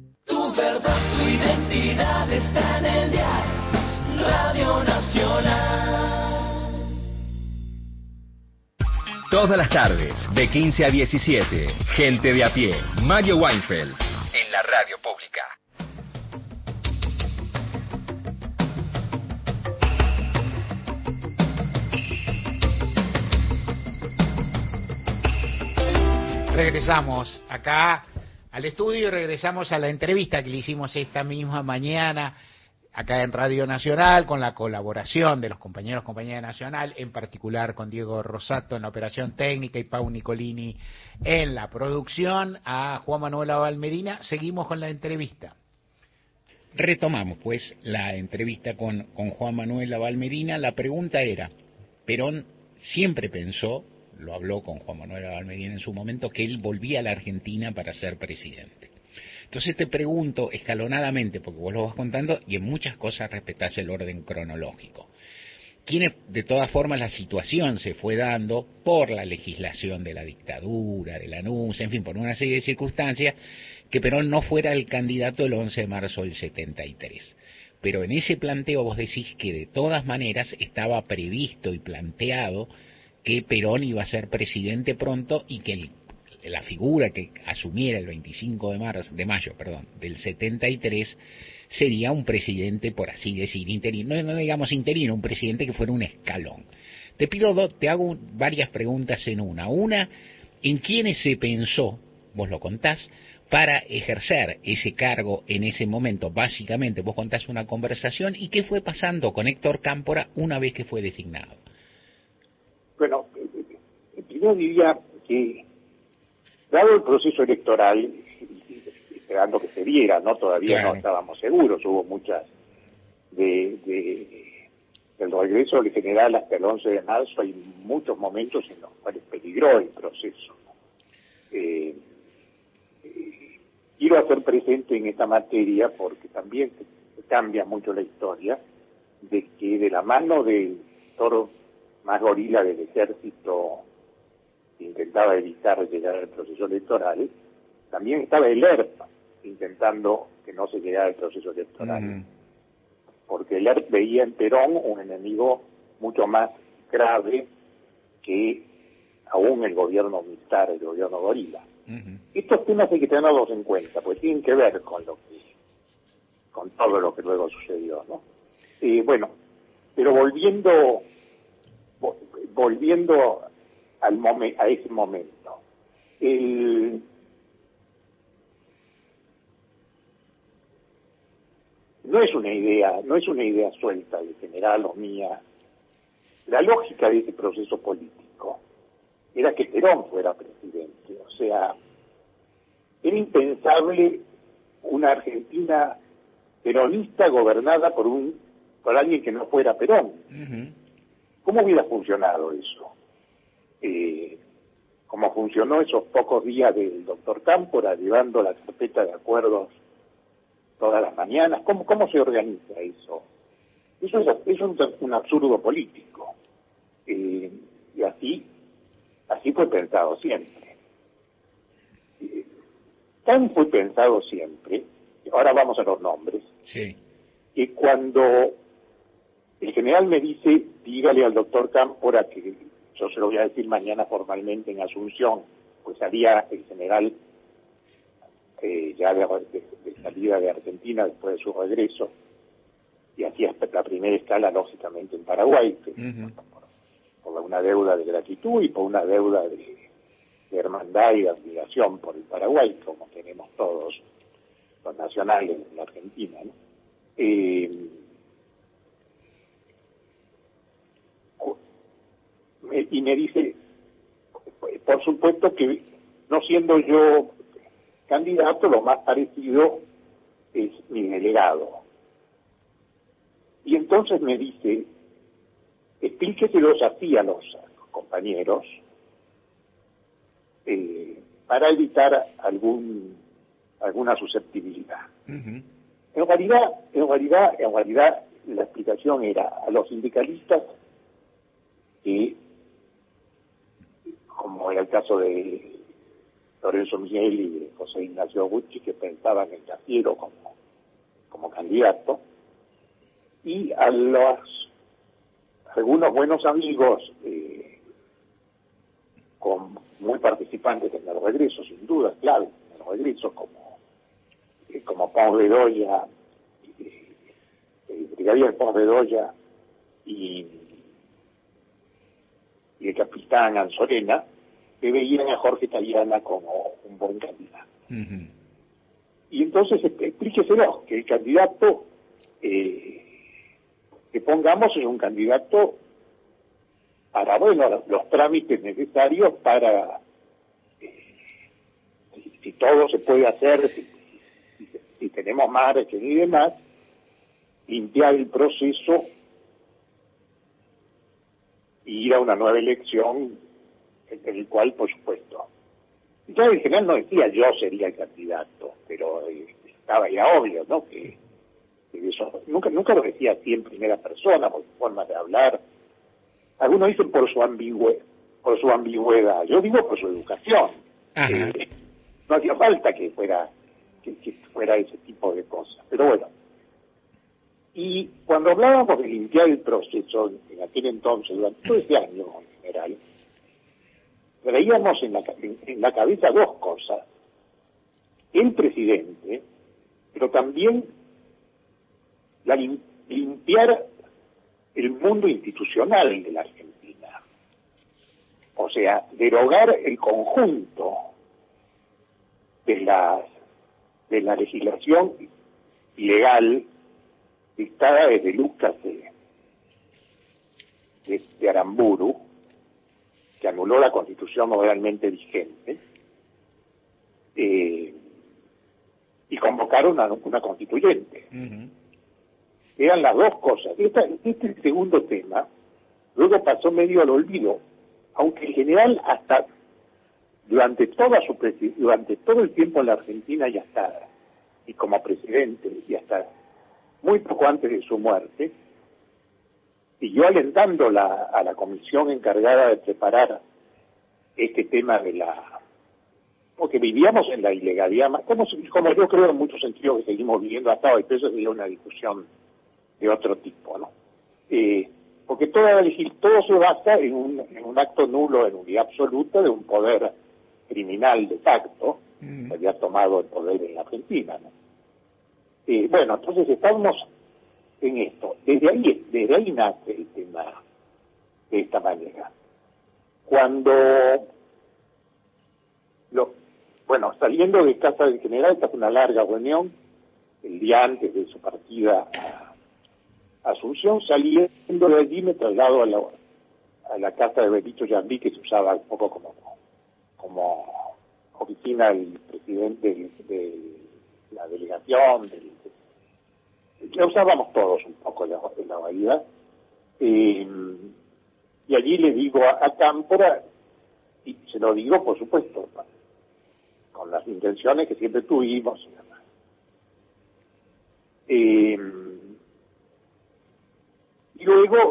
verdad, tu identidad está en el dial. Radio Nacional. Todas las tardes, de 15 a 17, Gente de a pie, Mario Weinfeld, en la radio pública. Regresamos acá al estudio y regresamos a la entrevista que le hicimos esta misma mañana acá en Radio Nacional, con la colaboración de los compañeros Compañía Nacional, en particular con Diego Rosato en la operación técnica y Pau Nicolini en la producción, a Juan Manuel Abal Medina. Seguimos con la entrevista. Retomamos pues la entrevista con Juan Manuel Abal Medina. La pregunta era, Perón siempre pensó, lo habló con Juan Manuel Abal Medina en su momento, que él volvía a la Argentina para ser presidente. Entonces te pregunto escalonadamente, porque vos lo vas contando y en muchas cosas respetás el orden cronológico. De todas formas la situación se fue dando por la legislación de la dictadura, de Lanús, en fin, por una serie de circunstancias, que Perón no fuera el candidato el 11 de marzo del 73. Pero en ese planteo vos decís que de todas maneras estaba previsto y planteado que Perón iba a ser presidente pronto y que la figura que asumiera el 25 de mayo del 73 sería un presidente, por así decir, interino, no digamos interino, un presidente que fuera un escalón. Te hago varias preguntas en una. Una, ¿en quiénes se pensó, vos lo contás, para ejercer ese cargo en ese momento? Básicamente, vos contás una conversación, ¿y qué fue pasando con Héctor Cámpora una vez que fue designado? Bueno, yo diría que, dado el proceso electoral, esperando que se diera, ¿no? Todavía no estábamos seguros, hubo muchas del regreso del general hasta el 11 de marzo, hay muchos momentos en los cuales peligró el proceso, ¿no? Quiero hacer presente en esta materia, porque también cambia mucho la historia, de que de la mano del toro más gorila del ejército que intentaba evitar llegar al proceso electoral, también estaba el ERP intentando que no se llegara al proceso electoral. Porque el ERP veía en Perón un enemigo mucho más grave que aún el gobierno militar, el gobierno gorila. Estos temas hay que tenerlos en cuenta, pues tienen que ver con todo lo que luego sucedió, ¿no? Bueno, pero volviendo a ese momento, no es una idea suelta del general o mía. La lógica de ese proceso político era que Perón fuera presidente. O sea, era impensable una Argentina peronista gobernada por alguien que no fuera Perón. ¿Cómo hubiera funcionado eso? Como funcionó esos pocos días del doctor Cámpora, llevando la carpeta de acuerdos todas las mañanas. ¿Cómo se organiza eso? Eso es un absurdo político. Y así fue pensado siempre. Tan fue pensado siempre, ahora vamos a los nombres, que cuando el general me dice, dígale al doctor Cámpora que yo se lo voy a decir mañana formalmente en Asunción, pues salía el general ya de salida de Argentina después de su regreso, y hacía la primera escala lógicamente en Paraguay, por una deuda de gratitud y por una deuda de hermandad y de admiración por el Paraguay, como tenemos todos los nacionales en la Argentina, ¿no? Y me dice, por supuesto que no siendo yo candidato, lo más parecido es mi delegado. Y entonces me dice, explíqueselos así a los compañeros, para evitar alguna susceptibilidad. En realidad la explicación era a los sindicalistas que, como era el caso de Lorenzo Miguel y José Ignacio Gucci, que pensaban en Cafiero como candidato, y a algunos buenos amigos muy participantes en el regreso, sin duda, clave en el regreso, como Pons Bedoya, el brigadier Pons Bedoya y el capitán Anzorena, que veían a Jorge Taliana como un buen candidato. Uh-huh. Y entonces explíqueselo, que el candidato que pongamos es un candidato para, los trámites necesarios para, si todo se puede hacer, si tenemos margen y demás, limpiar el proceso y ir a una nueva elección en el cual, por supuesto, entonces en general no decía yo sería el candidato, pero estaba ya obvio, ¿no? Que eso, nunca lo decía así en primera persona, por su forma de hablar. Algunos dicen por su ambigüedad, yo digo por su educación. No hacía falta que fuera ese tipo de cosas, pero bueno. Y cuando hablábamos de limpiar el proceso en aquel entonces, durante todo ese año en general, traíamos en la cabeza dos cosas: el presidente, pero también limpiar el mundo institucional de la Argentina. O sea, derogar el conjunto de la legislación legal dictada desde Lucas de Aramburu, que anuló la Constitución moderalmente vigente, y convocaron a una constituyente. Uh-huh. Eran las dos cosas. Este segundo tema luego pasó medio al olvido, aunque en general hasta durante todo el tiempo en la Argentina y como presidente, y hasta muy poco antes de su muerte, siguió alentando a la comisión encargada de preparar este tema porque vivíamos en la ilegalidad, como yo creo en muchos sentidos que seguimos viviendo hasta hoy, pero eso sería una discusión de otro tipo, ¿no? Porque todo se basa en un acto nulo, en unidad absoluta de un poder criminal de facto, que había tomado el poder en la Argentina, ¿no? Bueno, entonces estamos en esto. Desde ahí nace el tema de esta manera. Cuando saliendo de casa del general, esta fue una larga reunión, el día antes de su partida a Asunción, saliendo de allí me traslado a la casa de Benito Yambí, que se usaba un poco como oficina del presidente de la delegación, la usábamos todos un poco en la bahía, y allí le digo a Cámpora, y se lo digo por supuesto con las intenciones que siempre tuvimos y demás. Y luego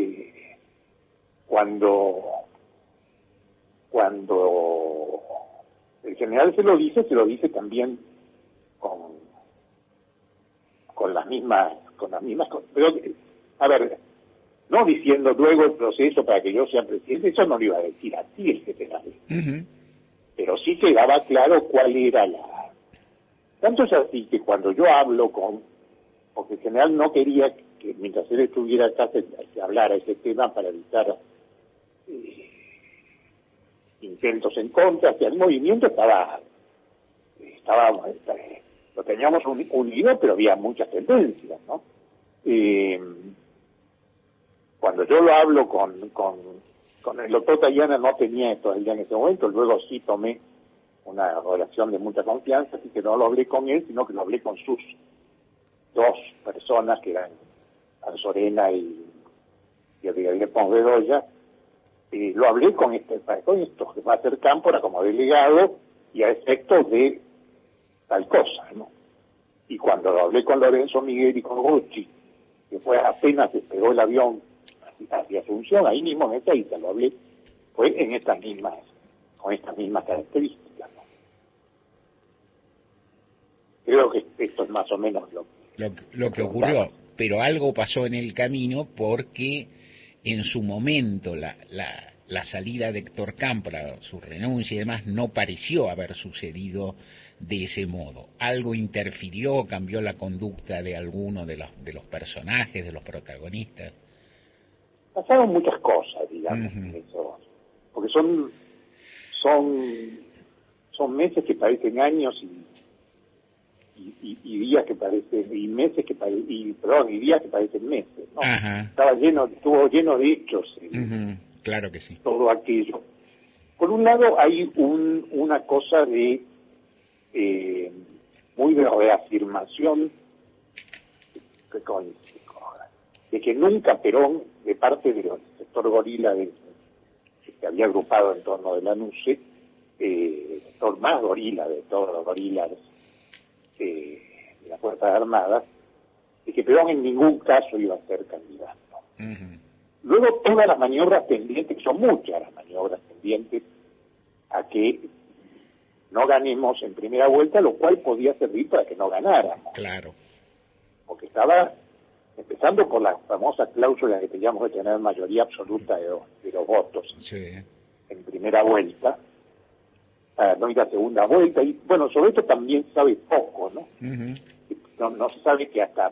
cuando el general se lo dice también con las mismas cosas. Pero, a ver, no diciendo luego el proceso para que yo sea presidente, eso no lo iba a decir así el general. Uh-huh. Pero sí quedaba claro cuál era Tanto es así que cuando yo hablo porque el general no quería que mientras él estuviera acá se hablara ese tema para evitar intentos en contra, que el movimiento estaba lo teníamos unido, pero había muchas tendencias, ¿no? Cuando yo lo hablo con el doctor Tayana, no tenía esto ya en ese momento, luego sí tomé una relación de mucha confianza, así que no lo hablé con él, sino que lo hablé con sus dos personas, que eran Anzorena y el brigadier Pons Bedoya. Lo hablé con esto, que va a ser Cámpora como delegado y a efectos de tal cosa, ¿no? Y cuando lo hablé con Lorenzo Miguel y con Gucci, que fue apenas despegó el avión hacia Asunción, ahí mismo en esta isla lo hablé, fue con estas mismas características, ¿no? Creo que esto es más o menos lo que ocurrió, pero algo pasó en el camino porque en su momento la salida de Héctor Cámpora, su renuncia y demás, no pareció haber sucedido de ese modo. Algo interfirió, cambió la conducta de alguno de los personajes, de los protagonistas. Pasaron muchas cosas, digamos, eso, porque son meses que parecen años y días que parecen, y meses que y días que parecen meses, ¿no? Estuvo lleno de hechos. Claro que sí. Todo aquello. Por un lado hay una cosa de muy de reafirmación de que nunca Perón, de parte del sector gorila que se había agrupado en torno de la NUCE, el sector más gorila de todos los gorilas de las Fuerzas Armadas, de que Perón en ningún caso iba a ser candidato. Luego todas las maniobras pendientes, que son muchas las maniobras pendientes, a que no ganemos en primera vuelta, lo cual podía servir para que no ganáramos. Claro. Porque estaba empezando por la famosa cláusula que teníamos que tener mayoría absoluta de los votos en primera vuelta, para no ir a segunda vuelta. Y bueno, sobre esto también se sabe poco, ¿no? No se sabe que hasta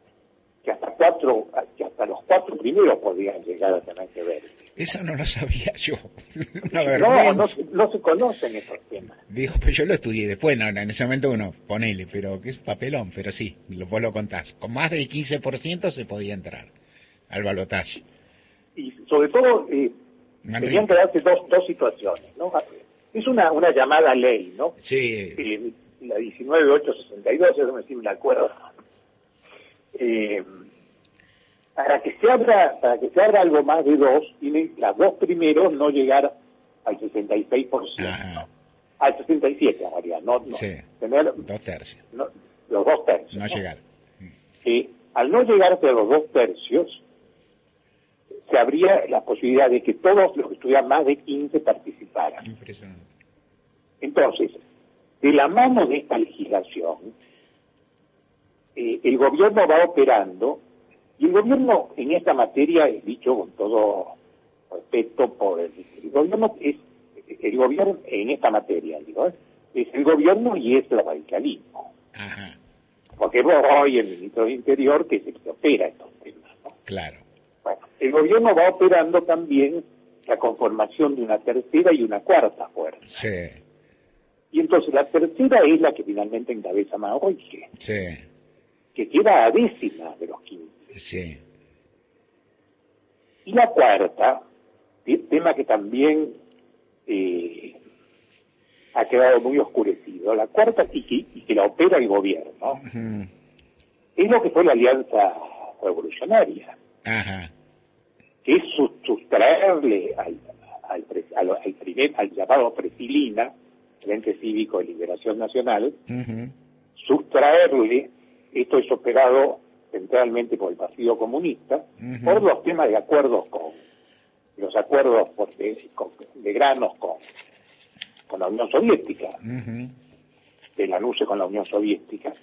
los cuatro primeros podían llegar a tener que ver. Eso no lo sabía yo. Una vergüenza. No se conocen esos temas. Digo, pues yo lo estudié después, no, en ese momento uno, ponele, pero que es papelón, pero sí, vos lo contás. Con más del 15% se podía entrar al balotaje. Y sobre todo, tenían que darse dos situaciones, ¿no? Es una llamada ley, ¿no? Sí. La 19.862, eso me sí me acuerdo. Para que se abra algo más de dos, tienen las dos primeros no llegar al 66%, al 67% en realidad, no tener 2 tercios, los 2 tercios, no llegar. Al no llegarse a los 2 tercios, se abría la posibilidad de que todos los que estuvieran más de 15 participaran. Impresionante. Entonces, de la mano de esta legislación, el gobierno va operando, y el gobierno en esta materia, es dicho con todo respeto por el gobierno, es el gobierno en esta materia, es el gobierno y es el radicalismo. Porque vos hoy el ministro de Interior que se opera estos temas, ¿no? Claro. Bueno, el gobierno va operando también la conformación de una tercera y una cuarta fuerza. Sí. Y entonces la tercera es la que finalmente encabeza Maoche. Sí. Que queda a décima de los 15. Sí. Y la cuarta, tema que también ha quedado muy oscurecido, la cuarta y que la opera el gobierno, es lo que fue la Alianza Revolucionaria, que es sustraerle al llamado Presilina, Frente Cívico de Liberación Nacional, sustraerle, esto es operado centralmente por el Partido Comunista, por los temas de acuerdos los acuerdos de granos con la Unión Soviética, de la NUCE con la Unión Soviética,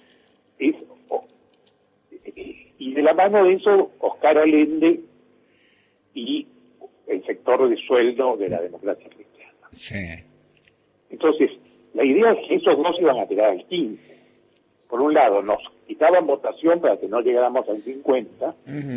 y de la mano de eso, Oscar Allende y el sector de sueldo de la democracia cristiana. Sí. Entonces, la idea es que esos dos iban a llegar al 15. Por un lado, nos quitaban votación para que no llegáramos al 50,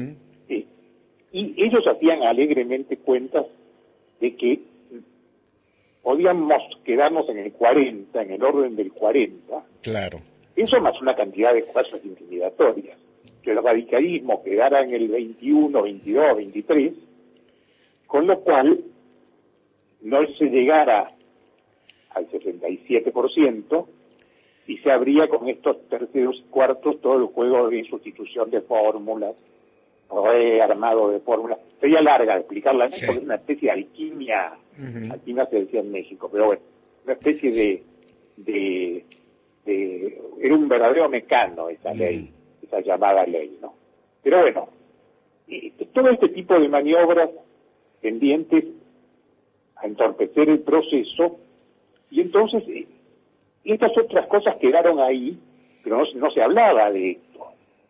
y ellos hacían alegremente cuentas de que podíamos quedarnos en el 40, en el orden del 40. Claro. Eso más una cantidad de cosas intimidatorias. Que el radicalismo quedara en el 21, 22, 23, con lo cual no se llegara al 67%, y se abría con estos terceros y cuartos todo el juego de sustitución de fórmulas, armado de fórmulas. Sería larga de explicarla, porque es una especie de alquimia, alquimia se decía en México, pero bueno, una especie de era un verdadero mecano esa ley, esa llamada ley, ¿no? Pero bueno, todo este tipo de maniobras tendientes a entorpecer el proceso, y entonces estas otras cosas quedaron ahí, pero no se hablaba de esto.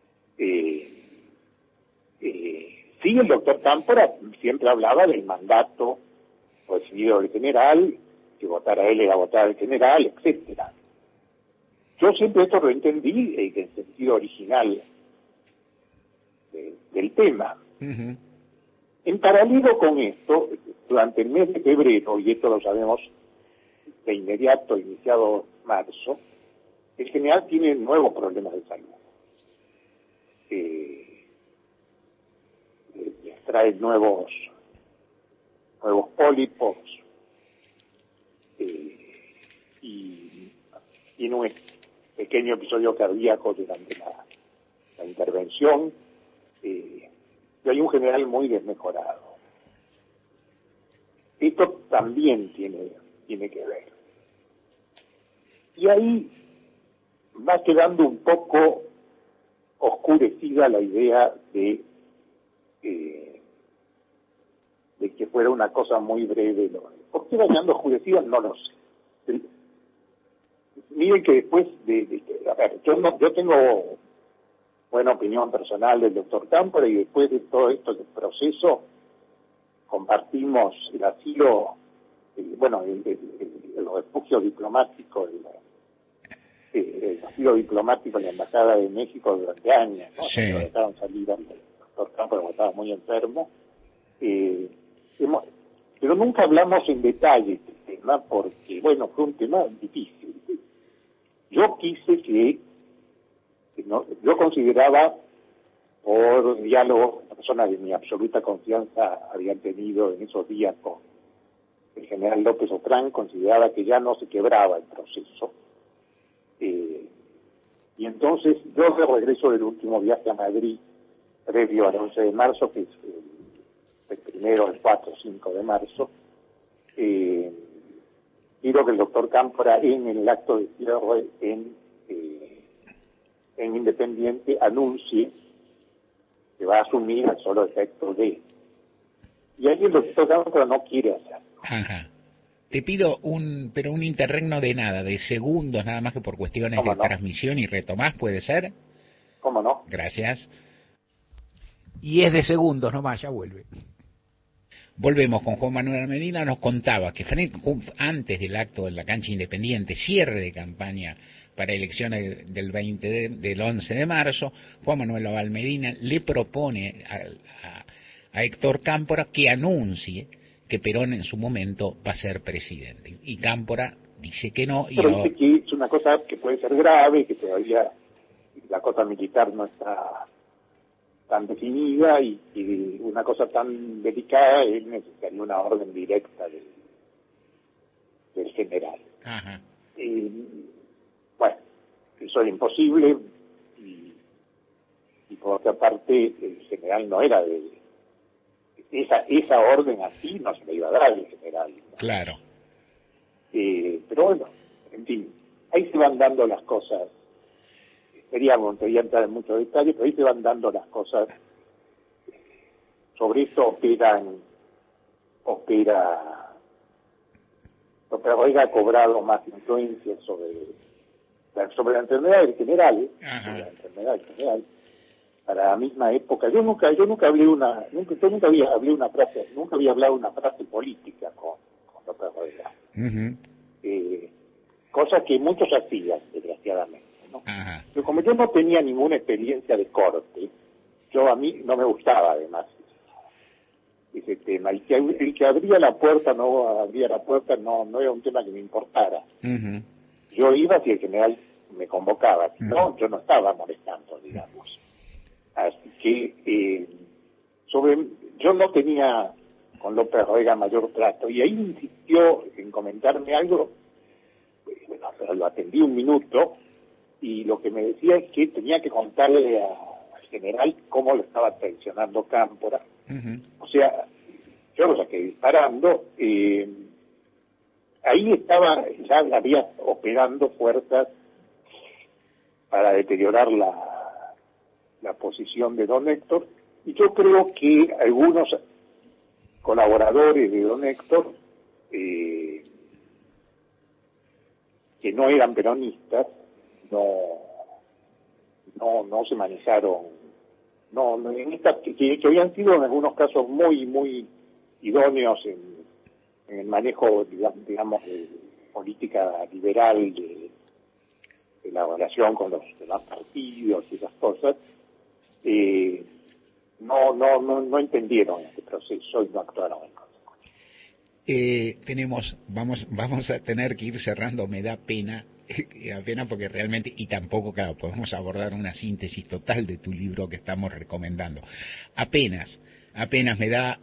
Sí, el doctor Cámpora siempre hablaba del mandato recibido del general, que votar a él era votar al general, etcétera. Yo siempre esto lo entendí en el sentido original del tema. Uh-huh. En paralelo con esto, durante el mes de febrero, y esto lo sabemos de inmediato, iniciado marzo, el general tiene nuevos problemas de salud. Trae nuevos pólipos y tiene un pequeño episodio cardíaco durante la intervención, y hay un general muy desmejorado. Esto también tiene que ver. Y ahí va quedando un poco oscurecida la idea de que fuera una cosa muy breve. ¿Por qué va quedando oscurecida? No lo sé. Miren que después a ver, yo tengo buena opinión personal del doctor Cámpora, y después de todo esto del proceso compartimos el asilo, el refugio diplomático, el asilo diplomático en la Embajada de México durante años, ¿no? Sí. Lo dejaron salir al doctor Cámpora porque estaba muy enfermo. Pero nunca hablamos en detalle de este tema porque, bueno, fue un tema difícil. Yo yo consideraba, por diálogo, la persona de mi absoluta confianza habían tenido en esos días con el general López Otrán, consideraba que ya no se quebraba el proceso. Y entonces, yo de regreso del último viaje a Madrid, previo al 11 de marzo, que es el primero, el 4 o 5 de marzo, quiero que el doctor Cámpora, en el acto de cierre en Independiente, anuncie que va a asumir el solo efecto de. Y ahí el doctor Cámpora no quiere hacerlo. Ajá. Te pido un interregno de nada, de segundos nada más, que por cuestiones de transmisión y retomás, ¿puede ser? ¿Cómo no? Gracias. Y es de segundos nomás, ya vuelve. Volvemos con Juan Manuel Medina. Nos contaba que antes del acto en la cancha Independiente, cierre de campaña para elecciones del 11 de marzo, Juan Manuel Abal Medina le propone a Héctor Cámpora que anuncie que Perón en su momento va a ser presidente. Y Cámpora dice que no. Pero dice que es una cosa que puede ser grave, que todavía la cosa militar no está tan definida, y una cosa tan delicada es necesaria una orden directa del general. Ajá. Bueno, eso es imposible, y por otra parte el general no era de esa orden, así no se le iba a dar el general, ¿no? Claro. Pero bueno, en fin, ahí se van dando las cosas. Quería entrar en muchos detalles, pero ahí se van dando las cosas. Sobre esto opera ha cobrado más influencia sobre la enfermedad del general. Ajá. Sobre la enfermedad del general. Para la misma época, yo nunca había hablado una frase política con López Rega. Uh-huh. Cosa que muchos hacían, desgraciadamente, ¿no? Ajá. Pero como yo no tenía ninguna experiencia de corte, a mí no me gustaba además ese tema. El que abría la puerta no era un tema que me importara. Uh-huh. Yo iba si el general me convocaba, si no, yo no estaba molestando, digamos. Así que yo no tenía con López Rega mayor trato, y ahí insistió en comentarme algo. Bueno, pero lo atendí un minuto, y lo que me decía es que tenía que contarle al general cómo lo estaba traicionando Cámpora. Uh-huh. O sea, yo lo saqué disparando. Ahí ya había operando fuerzas para deteriorar la posición de don Héctor, y yo creo que algunos colaboradores de don Héctor, que no eran peronistas, no no se manejaron, en esta, que habían sido en algunos casos muy idóneos en el manejo, digamos, de política liberal de la relación con los demás partidos y esas cosas, no entendieron este proceso y no actuaron en consecuencia. Vamos a tener que ir cerrando, me da pena porque realmente, y tampoco, claro, podemos abordar una síntesis total de tu libro que estamos recomendando. Apenas me da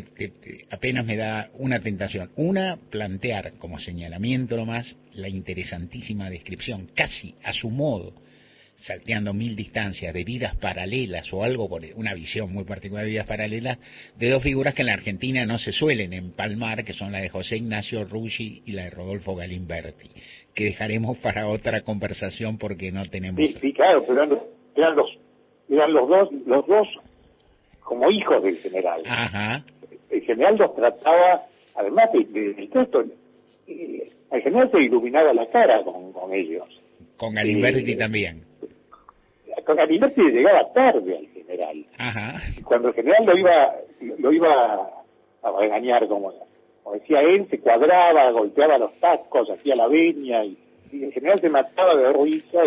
una tentación. Una, plantear como señalamiento nomás la interesantísima descripción, casi a su modo, salteando 1000 distancias, de vidas paralelas o algo por una visión muy particular de vidas paralelas, de dos figuras que en la Argentina no se suelen empalmar, que son la de José Ignacio Ruggi y la de Rodolfo Galimberti, que dejaremos para otra conversación porque no tenemos... Sí, claro, pero eran los dos como hijos del general. Ajá. El general los trataba, además del texto, al general se iluminaba la cara con ellos. Con Galimberti también. Con Galimberti llegaba tarde al general. Ajá. Cuando el general lo iba a regañar, como decía él, se cuadraba, golpeaba los tacos, hacía la venia, y el general se mataba de risa,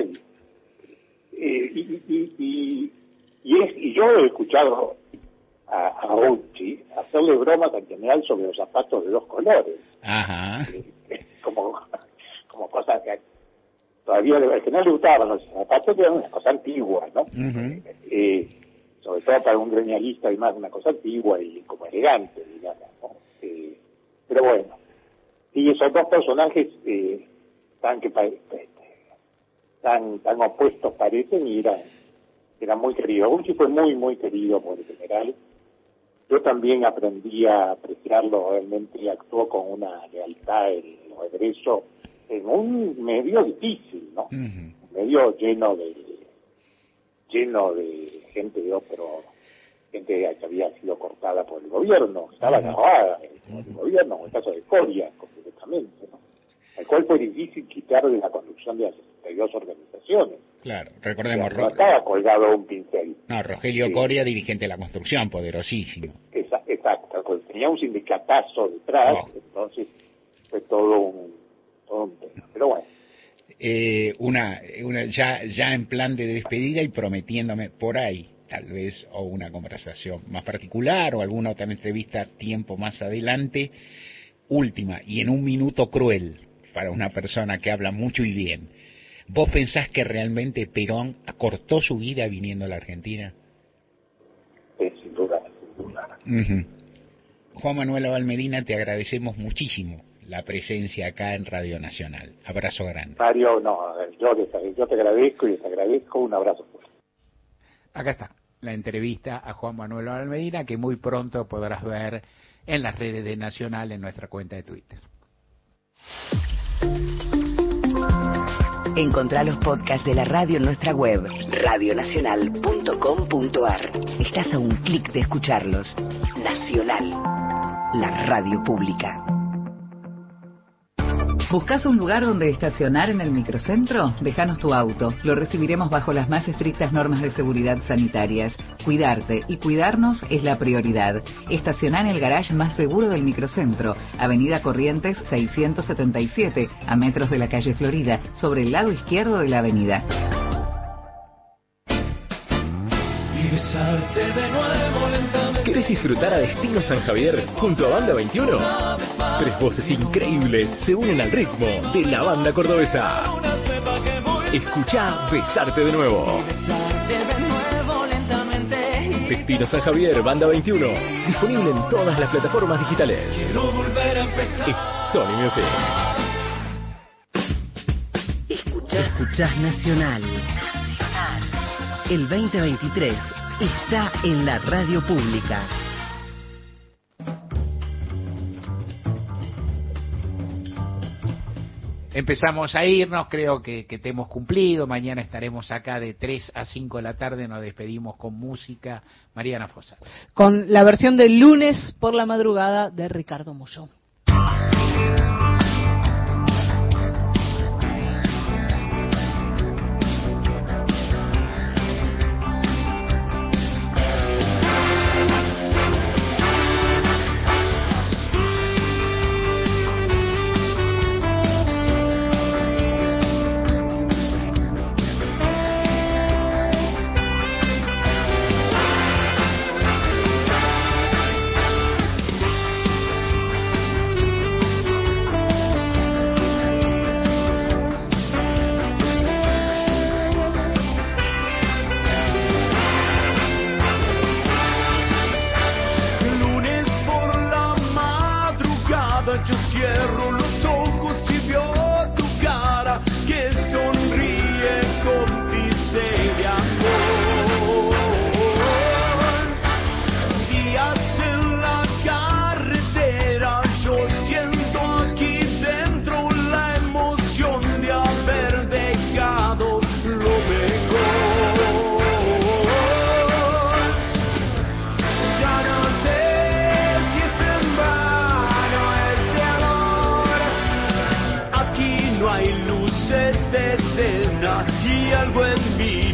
y yo he escuchado a Ruggi hacerle bromas al general sobre los zapatos de 2 colores. Ajá. Como cosas que todavía al general le gustaban los zapatos, que eran una cosa antigua, ¿no? Uh-huh. Sobre todo para un gremialista, además, una cosa antigua y como elegante, digamos, ¿no? Pero bueno, y esos dos personajes tan opuestos parecen, y eran muy queridos. Ruggi fue muy querido por el general. Yo también aprendí a apreciarlo realmente, y actuó con una lealtad en el regreso en un medio difícil, ¿no? Uh-huh. Un medio lleno de gente gente que había sido cortada por el gobierno, estaba agarrada por el gobierno, en el caso de Coria, completamente, ¿no? Al cual fue difícil quitar de la conducción de las 62 organizaciones. Claro, recordemos... No estaba colgado un pincel. No, Rogelio Coria, dirigente de la construcción, poderosísimo. Exacto, pues tenía un sindicatazo detrás, entonces fue todo un tema. Pero bueno. Ya en plan de despedida y prometiéndome por ahí, tal vez, o una conversación más particular o alguna otra entrevista tiempo más adelante, última, y en un minuto cruel para una persona que habla mucho y bien. ¿Vos pensás que realmente Perón acortó su vida viniendo a la Argentina? Sin duda. Uh-huh. Juan Manuel Abal Medina, te agradecemos muchísimo la presencia acá en Radio Nacional. Abrazo grande. Mario, yo te agradezco y les agradezco. Un abrazo fuerte. Acá está la entrevista a Juan Manuel Abal Medina, que muy pronto podrás ver en las redes de Nacional, en nuestra cuenta de Twitter. Encontrá los podcasts de la radio en nuestra web, radionacional.com.ar. Estás a un clic de escucharlos. Nacional, la radio pública. ¿Buscas un lugar donde estacionar en el microcentro? Déjanos tu auto. Lo recibiremos bajo las más estrictas normas de seguridad sanitarias. Cuidarte y cuidarnos es la prioridad. Estacioná en el garage más seguro del microcentro, Avenida Corrientes 677, a metros de la calle Florida, sobre el lado izquierdo de la avenida. ¿Querés disfrutar a Destino San Javier junto a Banda 21? 3 voces increíbles se unen al ritmo de la banda cordobesa. Escuchá Besarte de Nuevo. Destino San Javier, Banda 21. Disponible en todas las plataformas digitales. Es Sony Music. Escuchás Nacional. El 2023 está en la radio pública. Empezamos a irnos, creo que te hemos cumplido. Mañana estaremos acá de 3 a 5 de la tarde, nos despedimos con música. Mariana Fossa. Con la versión del lunes por la madrugada de Ricardo Mollo. algo en mí